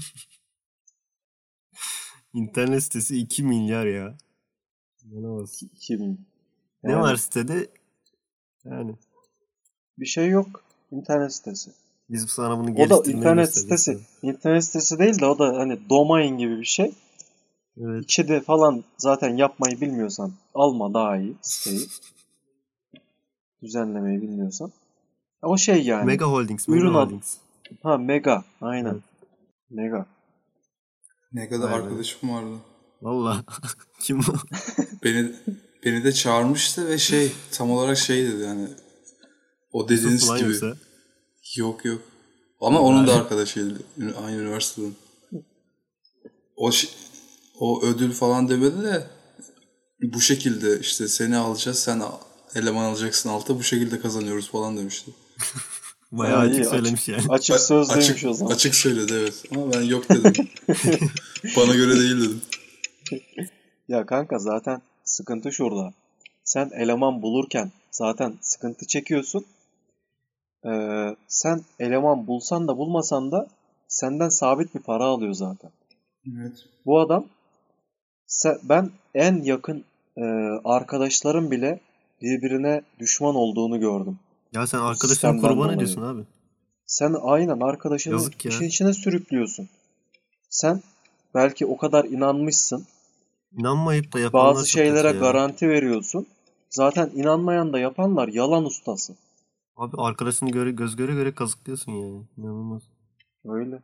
İnternet sitesi 2 milyar ya. İnanamaz. 2000. Ne var Yani sitede? Yani bir şey yok. İnternet sitesi. biz sana bunu O da geliştirmeyi internet göstereceğiz sitesi. sana. İnternet sitesi değil de o da hani domain gibi bir şey. Evet. İçi de falan zaten yapmayı bilmiyorsan alma daha iyi siteyi. Düzenlemeyi bilmiyorsan. O şey yani. Mega Holdings, Mega Ürün ad. Holdings. Ha Mega. Aynen. Evet. Mega. Ne kadar Vay be. arkadaşım vardı. Valla. Kim o? Beni beni de çağırmıştı ve tam olarak dedi yani o Yusuf mu dediğiniz lan gibi yoksa? yok. Ama İyi onun da bari. arkadaşıydı aynı üniversiteden. O o ödül falan demedi de bu şekilde işte seni alacağız sen eleman alacaksın alta bu şekilde kazanıyoruz falan demişti. Bayağı Ha, açık iyi açık. söylemiş yani. Açık Açık sözlüymüş o zaman. açık söyledi evet ama ben yok dedim. Bana göre değil dedim. Ya kanka zaten sıkıntı şurada. Sen eleman bulurken zaten sıkıntı çekiyorsun. Sen eleman bulsan da bulmasan da senden sabit bir para alıyor zaten. Evet. Bu adam ben en yakın e, arkadaşlarım bile birbirine düşman olduğunu gördüm. Ya sen Bu arkadaşını sistemden kurban dolayı. ediyorsun abi. Sen aynen arkadaşını Yazık ya. işin içine sürüklüyorsun. Sen belki o kadar inanmışsın. İnanmayıp da yapanlar Bazı çok kötü şeylere ya. garanti veriyorsun. Zaten inanmayan da yapanlar yalan ustası. Abi arkadaşını göz göre göre kazıklıyorsun yani. İnanılmaz. Öyle.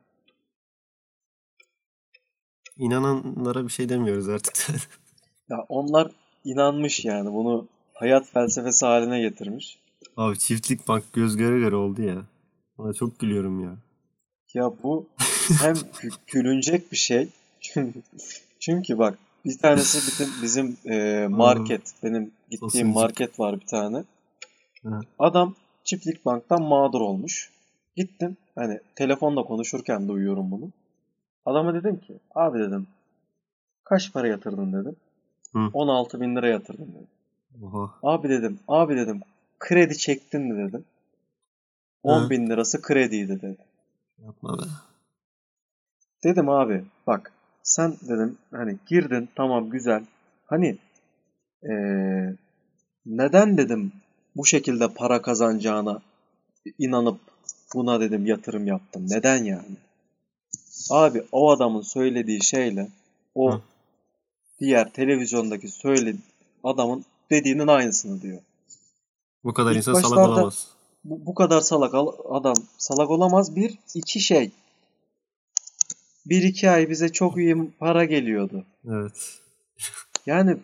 İnananlara bir şey demiyoruz artık. Ya onlar inanmış yani bunu hayat felsefesi haline getirmiş. Abi çiftlik bak göz göre göre oldu ya. Ona çok gülüyorum ya. Ya bu hem gülünecek bir şey. Çünkü bak bir tanesi bizim Aa, market. Benim gittiğim sosyolojik. market var bir tane. Ha, Adam Çiftlik Bank'tan mağdur olmuş. Gittim. Hani telefonda konuşurken duyuyorum bunu. Adama dedim ki abi dedim kaç para yatırdın dedim. hı. 16 bin lira yatırdım dedim. Oha. Abi dedim kredi çektin mi dedim. 10 Ha, bin lirası krediydi dedi. yapma be. Dedim abi bak sen dedim hani girdin tamam güzel. Hani eee, neden dedim bu şekilde para kazanacağına inanıp buna dedim yatırım yaptın. Neden yani? Abi o adamın söylediği şeyle o Hı. diğer televizyondaki adamın dediğinin aynısını diyor. Bu kadar İlk insan salak başlarda olamaz. bu kadar adam salak olamaz. Bir, iki şey. Bir iki ay bize çok iyi para geliyordu. Evet. Yani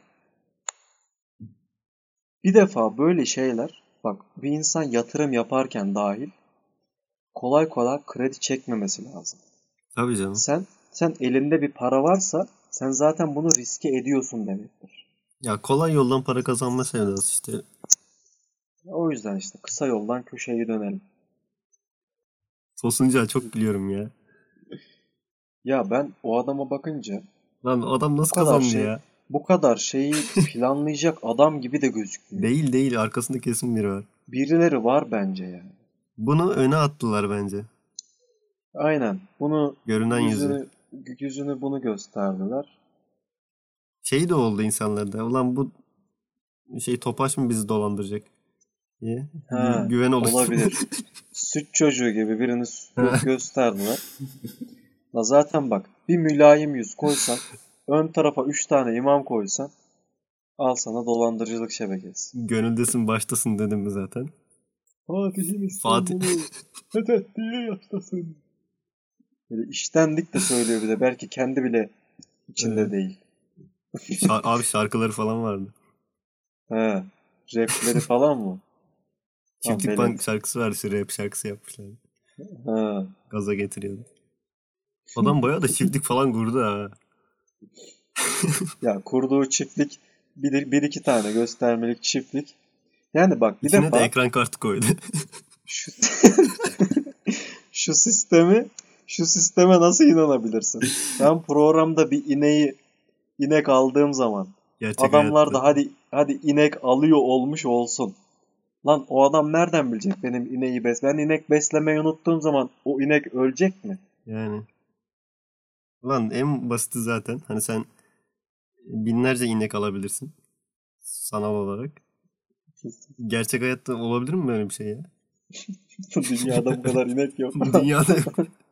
bir defa böyle şeyler bak bir insan yatırım yaparken dahil kolay kolay kredi çekmemesi lazım. Tabii canım. Sen elinde bir para varsa sen zaten bunu riske ediyorsun demektir. Ya kolay yoldan para kazanma sevdası işte. O yüzden işte kısa yoldan köşeyi dönelim. Tosunca çok biliyorum ya. Ya ben o adama bakınca Lan adam bu nasıl kadar kazandı şey ya? bu kadar şeyi planlayacak adam gibi de gözükmüyor. Değil arkasında kesin biri var. Birileri var bence yani. Bunu öne attılar bence. Aynen. Bunu Görünen yüzü. yüzünü bunu gösterdiler. Şey de oldu insanlarda. Ulan bu şey Topaş mı bizi dolandıracak diye. Ha, Güven oluştu. olabilir. Süt çocuğu gibi birini gösterdiler. La zaten bak bir mülayim yüz koysan ön tarafa 3 tane imam koysan al sana dolandırıcılık şebekesi. Gönüldesin baştasın dedim mi zaten. Fatih'in Fatih. İstanbul'u fethettiği yaştasın. Böyle iştendik de söylüyor bir de. Belki kendi bile içinde Evet. değil. Abi şarkıları falan vardı. He. Rapleri falan mı? Tamam, Çiftlik velet. Bank şarkısı vardı. Işte rap şarkısı yapmışlar. Ha. Gaza getiriyordu. Adam bayağı da çiftlik falan kurdu ha. Ya kurduğu çiftlik bir iki tane göstermelik çiftlik. Yani bak bir İçine de defa ekran kartı koydu. şu, şu sisteme nasıl inanabilirsin? Ben programda bir inek aldığım zaman Gerçek adamlar da hayatta. hadi inek alıyor olmuş olsun. Lan o adam nereden bilecek benim ineği ben inek beslemeyi unuttuğum zaman o inek ölecek mi? Yani. Ulan en basiti zaten. Hani sen binlerce inek alabilirsin. Sanal olarak. Gerçek hayatta olabilir mi böyle bir şey ya? Dünyada bu kadar inek yok. Dünyada yok.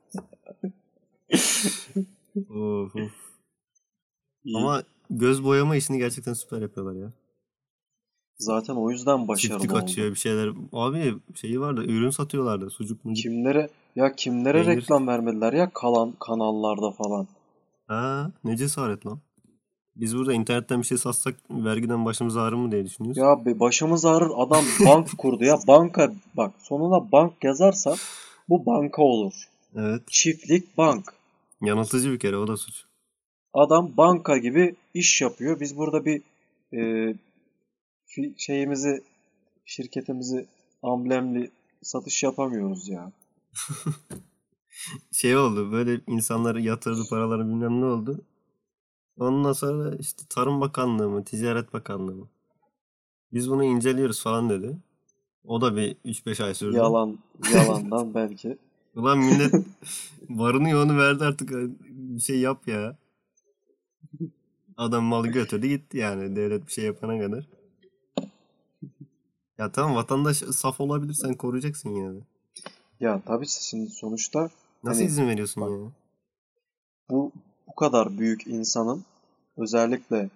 Of. İyi. Ama göz boyama işini gerçekten süper yapıyorlar ya. Zaten o yüzden başarılı Çiftlik oldu. açıyor bir şeyler. Abi şeyi vardı. Ürün satıyorlardı. Sucuk mucuk. Kimlere Peynir. reklam vermediler ya kalan kanallarda falan. Ha, ne cesaret lan. Biz burada internetten bir şey satsak vergiden başımız ağrır mı diye düşünüyoruz. Ya başımız ağrır adam bank kurdu ya banka bak sonuna bank yazarsa bu banka olur. Evet. Çiftlik bank. Yanıltıcı bir kere o da suç. Adam banka gibi iş yapıyor. Biz burada bir e, şirketimizi amblemli satış yapamıyoruz ya. Şey oldu böyle insanlar yatırdı paraları bilmem ne oldu. Ondan sonra işte Tarım Bakanlığı mı Ticaret Bakanlığı mı? Biz bunu inceliyoruz falan dedi. O da bir 3-5 ay sürdü. Yalandan belki. Ulan millet varını yoğunu verdi artık bir şey yap ya. Adam malı götürdü gitti yani devlet bir şey yapana kadar. Ya tamam vatandaş saf olabilir sen koruyacaksın yani. Ya tabii şimdi sonuçta Nasıl hani izin veriyorsun bak, ya? bu kadar büyük insanın özellikle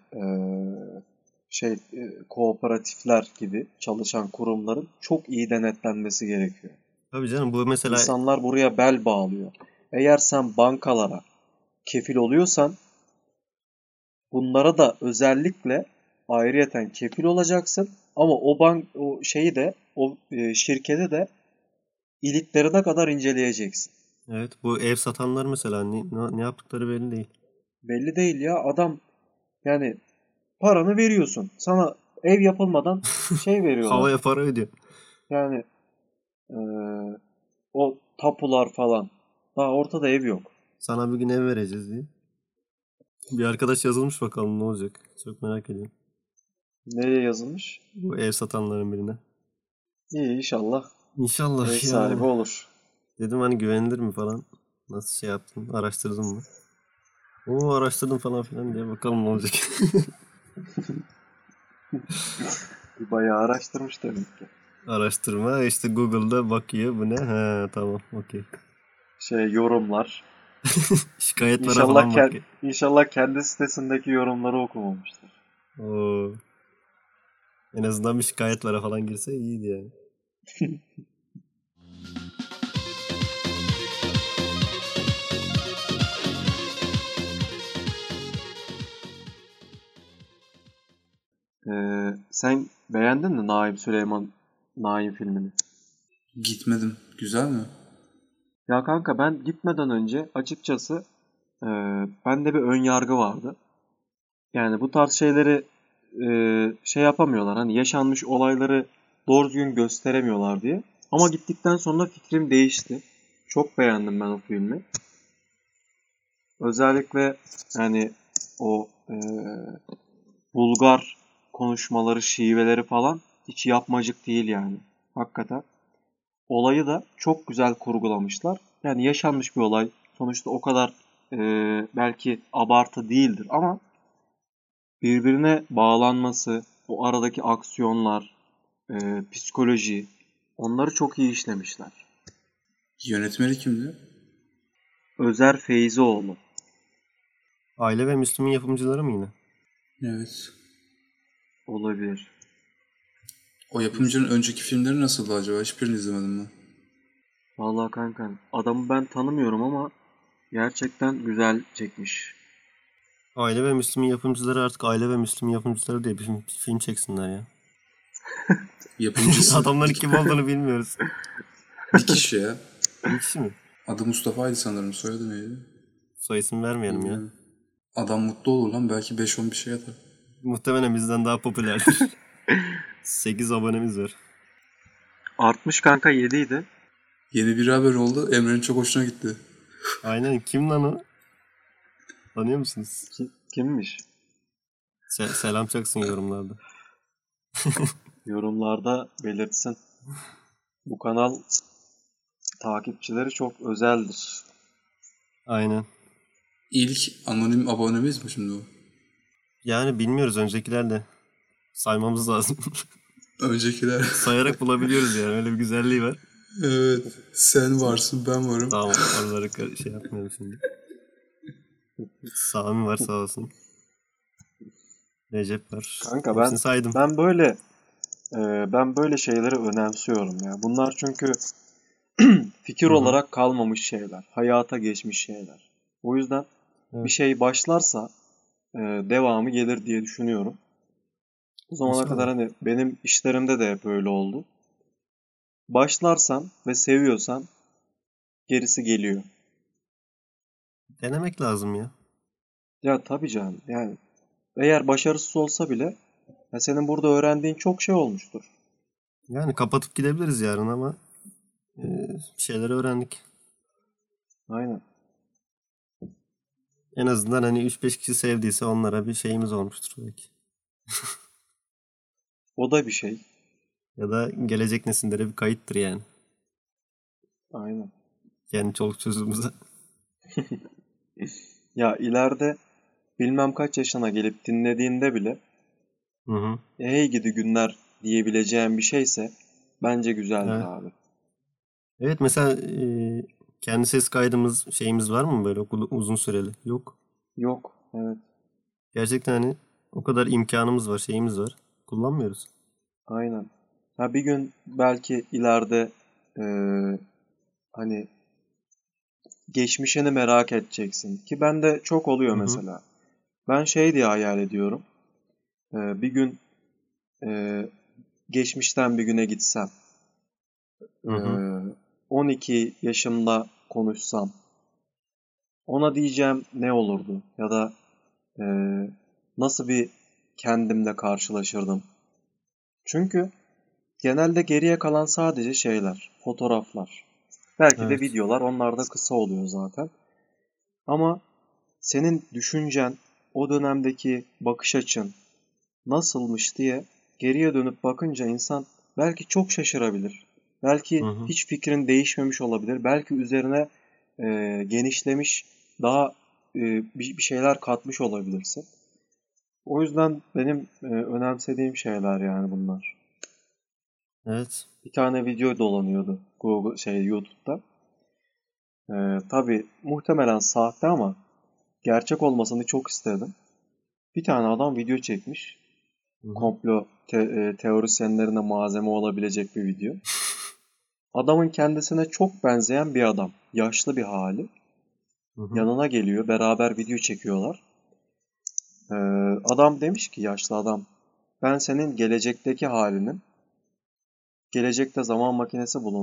kooperatifler gibi çalışan kurumların çok iyi denetlenmesi gerekiyor. Tabii canım bu mesela İnsanlar buraya bel bağlıyor. Eğer sen bankalara kefil oluyorsan bunlara da özellikle ayrıyeten kefil olacaksın ama o şirketi de iliklerine kadar inceleyeceksin. evet bu ev satanlar mesela ne yaptıkları belli değil. Belli değil ya adam yani paranı veriyorsun. Sana ev yapılmadan veriyorlar. Havaya para ödüyor. Yani o tapular falan. Daha ortada ev yok. Sana bir gün ev vereceğiz diye. Bir arkadaş yazılmış bakalım ne olacak. Çok merak ediyorum. Nereye yazılmış? Bu ev satanların birine. İyi inşallah İnşallah ev ya. sahibi olur. Dedim hani güvenilir mi falan. Nasıl şey yaptın? Araştırdın mı? Oo araştırdım falan filan diye bakalım ne olacak. Bayağı araştırmış demek ki. Araştırma işte Google'da bakıyor bu ne? Ha tamam okey. Yorumlar. Şikayetlere falan bakıyor. İnşallah kendi sitesindeki yorumları okumamıştır. Oo. En azından bir şikayetlere falan girse iyiydi yani. Sen beğendin mi Naim filmini? Gitmedim. Güzel mi? Ya kanka ben gitmeden önce açıkçası bende bir ön yargı vardı. Yani bu tarz şeyleri şey yapamıyorlar. Hani yaşanmış olayları doğru düzgün gösteremiyorlar diye. Ama gittikten sonra fikrim değişti. Çok beğendim ben o filmi. Özellikle yani o Bulgar konuşmaları, şiveleri falan hiç yapmacık değil yani. Hakikaten. Olayı da çok güzel kurgulamışlar. Yani yaşanmış bir olay. Sonuçta o kadar belki abartı değildir ama birbirine bağlanması, o aradaki aksiyonlar, psikoloji, onları çok iyi işlemişler. Yönetmeni kimdi? Özer Feyzioğlu. Aile ve Müslüm'ün yapımcıları mı yine? Evet. Olabilir. O yapımcının önceki filmleri nasıldı acaba? Hiçbirini izlemedim ben. Vallahi kanka adamı ben tanımıyorum ama gerçekten güzel çekmiş. Aile ve Müslüm'ün yapımcıları artık Aile ve Müslüm'ün yapımcıları diye bir film çeksinler ya. Yapımcısı Adamların kim olduğunu bilmiyoruz. bir kişi ya. Bir kişi mi? Adı Mustafa'ydı sanırım. Soyadı neydi? Soy isim vermeyelim ya. Bilmiyorum. Adam mutlu olur lan. Belki 5-10 bir şey atar. Muhtemelen bizden daha popülerdir. 8 abonemiz var. Artmış kanka 7 idi. Yeni bir haber oldu. Emre'nin çok hoşuna gitti. Aynen, kim lan o? Tanıyor musunuz? Kimmiş? Selam çaksın yorumlarda. Yorumlarda belirtsin. Bu kanal takipçileri çok özeldir. Aynen. İlk anonim abonemiz mi şimdi o? Yani bilmiyoruz, öncekilerle saymamız lazım. Öncekiler. Sayarak bulabiliyoruz yani, öyle bir güzelliği var. Evet. Sen varsın, ben varım. Tamam, oraları şey yapmayalım şimdi. Sami var sağ olsun. Recep var. Kanka Hepsini saydım. ben böyle şeyleri önemsiyorum ya. Bunlar çünkü fikir Hı hı. olarak kalmamış şeyler, hayata geçmiş şeyler. O yüzden Evet. bir şey başlarsa devamı gelir diye düşünüyorum. Bu zamana İnşallah. kadar hani benim işlerimde de hep öyle oldu. Başlarsan ve seviyorsan gerisi geliyor. Denemek lazım ya. Ya tabii canım yani eğer başarısız olsa bile ya senin burada öğrendiğin çok şey olmuştur. Yani kapatıp gidebiliriz yarın ama bir şeyler öğrendik. Aynen. En azından hani 3-5 kişi sevdiyse onlara bir şeyimiz olmuştur belki. O da bir şey. Ya da gelecek nesillere bir kayıttır yani. Aynen. Yani çoluk çocuğumuza. Ya ileride bilmem kaç yaşına gelip dinlediğinde bile Hı hı. hey gidi günler diyebileceğin bir şeyse bence güzeldir Evet. abi. Evet, mesela kendi ses kaydımız şeyimiz var mı böyle uzun süreli? Yok. Yok. Evet. Gerçekten hani o kadar imkanımız var, şeyimiz var. Kullanmıyoruz. Aynen. Ha bir gün belki ileride hani geçmişini merak edeceksin. Ki bende çok oluyor Hı hı. mesela. Ben şey diye hayal ediyorum. Bir gün e, geçmişten bir güne gitsem. Hı hı. 12 yaşımda konuşsam. Ona diyeceğim ne olurdu? Ya da e, nasıl bir kendimle karşılaşırdım? Çünkü genelde geriye kalan sadece şeyler, fotoğraflar. Belki de Evet. videolar, onlar da kısa oluyor zaten. Ama senin düşüncen, o dönemdeki bakış açın nasılmış diye geriye dönüp bakınca insan belki çok şaşırabilir. Hı Belki hı. hiç fikrin değişmemiş olabilir. Belki üzerine genişlemiş, daha bir şeyler katmış olabilirsin. O yüzden benim önemsediğim şeyler yani bunlar. Evet. Bir tane video dolanıyordu YouTube'da. Tabii muhtemelen sahte ama gerçek olmasını çok istedim. Bir tane adam video çekmiş. Hı hı. Komplo teorisyenlerine malzeme olabilecek bir video. Adamın kendisine çok benzeyen bir adam. Yaşlı bir hali. Hı hı. Yanına geliyor. Beraber video çekiyorlar. Ee, Adam demiş ki yaşlı adam ben senin gelecekteki halinin gelecekte zaman makinesi bulundu.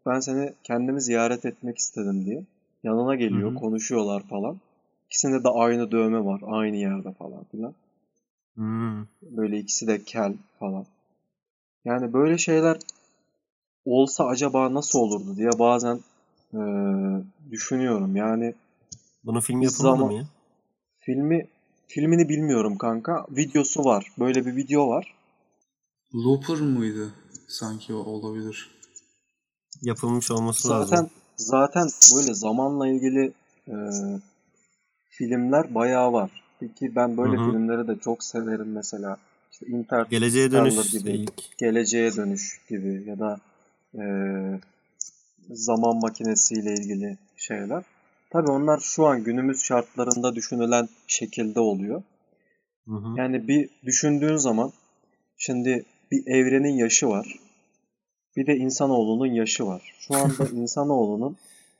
ben seni kendimi ziyaret etmek istedim diye. Yanına geliyor, Hı hı. konuşuyorlar falan. İkisinde de aynı dövme var, aynı yerde falan filan. Hmm. Böyle ikisi de kel falan. Yani böyle şeyler olsa acaba nasıl olurdu diye bazen düşünüyorum. Yani Bunun film bir yapılmadı zaman mı ya? filmini bilmiyorum kanka. Videosu var. Böyle bir video var. Looper mıydı? Sanki o olabilir. Yapılmış olması lazım. Zaten böyle zamanla ilgili e, filmler bayağı var. Peki ben Hı böyle hı. filmleri de çok severim mesela. İşte Geleceğe Interstellar dönüş gibi, ilk. Geleceğe Dönüş gibi ya da e, zaman makinesiyle ilgili şeyler. Tabii onlar şu an günümüz şartlarında düşünülen şekilde oluyor. Hı hı. Yani bir düşündüğün zaman şimdi bir evrenin yaşı var. Bir de insanoğlunun yaşı var. Şu anda insanoğlunun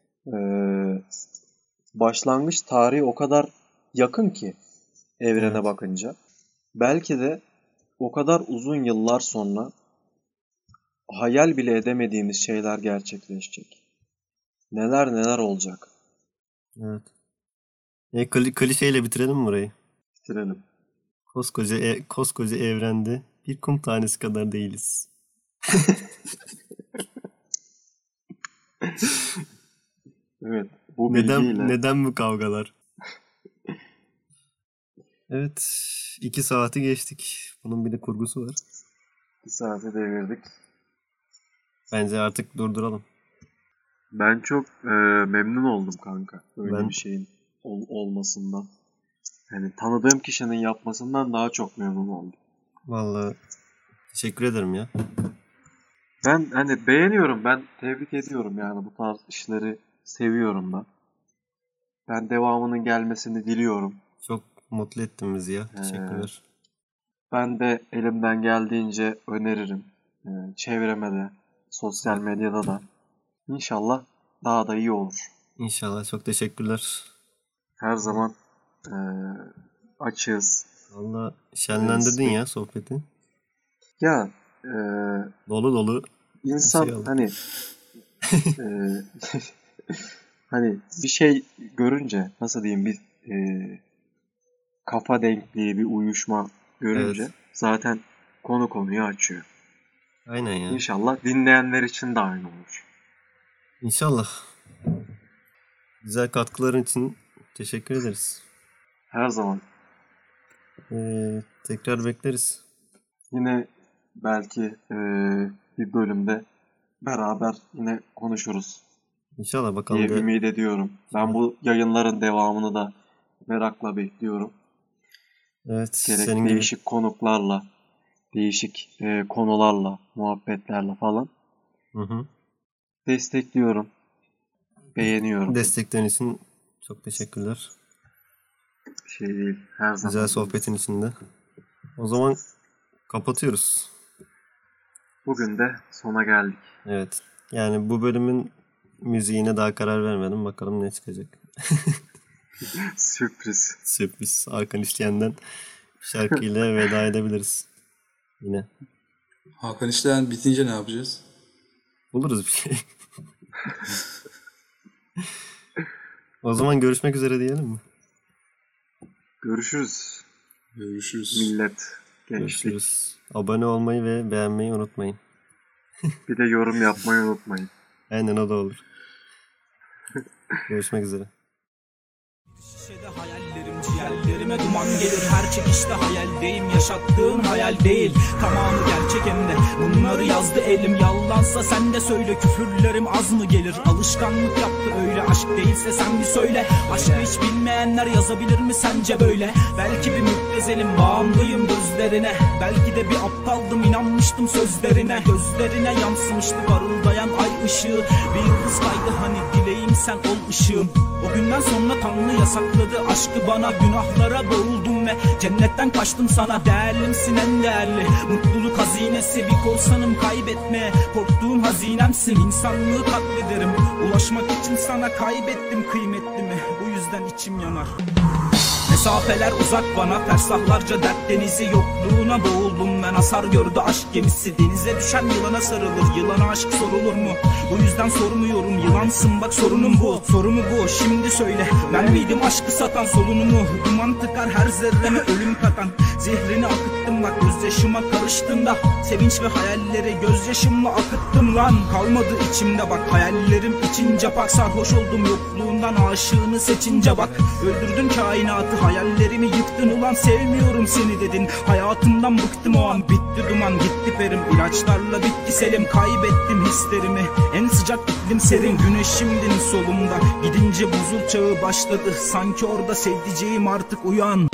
başlangıç tarihi o kadar yakın ki evrene Evet. bakınca. Belki de o kadar uzun yıllar sonra hayal bile edemediğimiz şeyler gerçekleşecek. Neler neler olacak. Evet. Klişeyle bitirelim mi burayı? Bitirelim. Koskoca evrende bir kum tanesi kadar değiliz. Evet, bu Neden bilgiyle neden bu kavgalar? Evet, 2 saati geçtik. Bunun bir de kurgusu var. bir saate devirdik. Bence artık durduralım. Ben çok memnun oldum kanka. Böyle Ben bir şeyin olmasından. Yani tanıdığım kişinin yapmasından daha çok memnun oldum. vallahi teşekkür ederim ya. Ben hani beğeniyorum, ben tebrik ediyorum yani bu tarz işleri seviyorum ben. Ben devamının gelmesini diliyorum. Çok mutlu ettin bizi ya. Ee, Teşekkürler. Ben de elimden geldiğince öneririm. Çevreme de, sosyal medyada da. İnşallah daha da iyi olur. İnşallah çok teşekkürler. Her zaman e, açığız. Vallahi Biz şenlendirdin ya sohbeti. ya Dolu dolu bir insan şey oldu. hani e, hani bir şey görünce nasıl diyeyim bir kafa denkliği, bir uyuşma görünce Evet. zaten konu konuyu açıyor. Aynen ya. İnşallah dinleyenler için de aynı olur. İnşallah. Güzel katkıların için teşekkür ederiz. Her zaman. Tekrar bekleriz. Yine belki bir bölümde beraber yine konuşuruz İnşallah diye bakalım. ümit ediyorum. Ben bu yayınların devamını da merakla bekliyorum. Evet, Gerek senin gibi. değişik konuklarla, değişik konularla, muhabbetlerle falan Hı hı. destekliyorum, beğeniyorum. Desteklerin için çok teşekkürler. Bir şey değil, her Güzel zaman. sohbetin içinde. O zaman kapatıyoruz. Bugün de sona geldik. Evet. Yani bu bölümün müziğine daha karar vermedim. Bakalım ne çıkacak. Sürpriz. Sürpriz. Hakan İşleyen'den şarkıyla veda edebiliriz. Yine. Hakan İşleyen bitince ne yapacağız? Buluruz bir şey. O zaman görüşmek üzere diyelim mi? Görüşürüz Görüşürüz. millet, gençlik. Görüşürüz. Abone olmayı ve beğenmeyi unutmayın. Bir de yorum yapmayı unutmayın. Aynen, o da olur. Görüşmek üzere. Şişede hayallerim ciğerlerime duman gelir. Her çekişte hayaldeyim, yaşattığım hayal değil. Tamamı gerçek hem de bunları yazdı elim. Yalansa sen de söyle, küfürlerim az mı gelir? Alışkanlık yaptı öyle, aşk değilse sen bir söyle. Aşkı hiç bilmeyenler yazabilir mi sence böyle? Belki bir müptezelim, bağımlıyım gözlerine. Belki de bir aptaldım, inanmıştım sözlerine. Gözlerine yansımıştı parıldayan ay ışığı. Bir yıldız kaydı hani, dileğim sen ol ışığım. O günden sonra Tanrı yasakladı aşkı bana. Günahlara boğuldum ve cennetten kaçtım sana. Değerlimsin en değerli, mutluluk hazinesi. Bir korsanım kaybetmeye korktuğum hazinemsin. İnsanlığı katlederim, ulaşmak için sana kaybettim kıymetlimi. Bu yüzden içim yanar. Mesafeler uzak bana, fersahlarca dert denizi. Yokluğuna boğuldum ben, hasar gördü aşk gemisi. Denize düşen yılana sarılır, yılana aşk sorulur mu? Bu yüzden sormuyorum, yılansın bak sorunum bu. Sorumu bu, şimdi söyle, ben miydim aşkı satan solunumu? Duman tıkar her zerreme ölüm katan. Zehrini akıttım bak gözyaşıma karıştığında. Sevinç ve hayalleri gözyaşımla akıttım lan. Kalmadı içimde bak hayallerim içince bak. Sarhoş oldum yokluğundan aşığını seçince bak. Öldürdün kainatı, hayallerimi yıktın ulan. Sevmiyorum seni dedin, hayatımdan bıktım o an. Bitti duman, gitti perim, ilaçlarla bitti selim. Kaybettim hislerimi, en sıcak iklim serin. Güneşimdin solumda, gidince buzul çağı başladı. Sanki orada sevdiceğim artık uyan.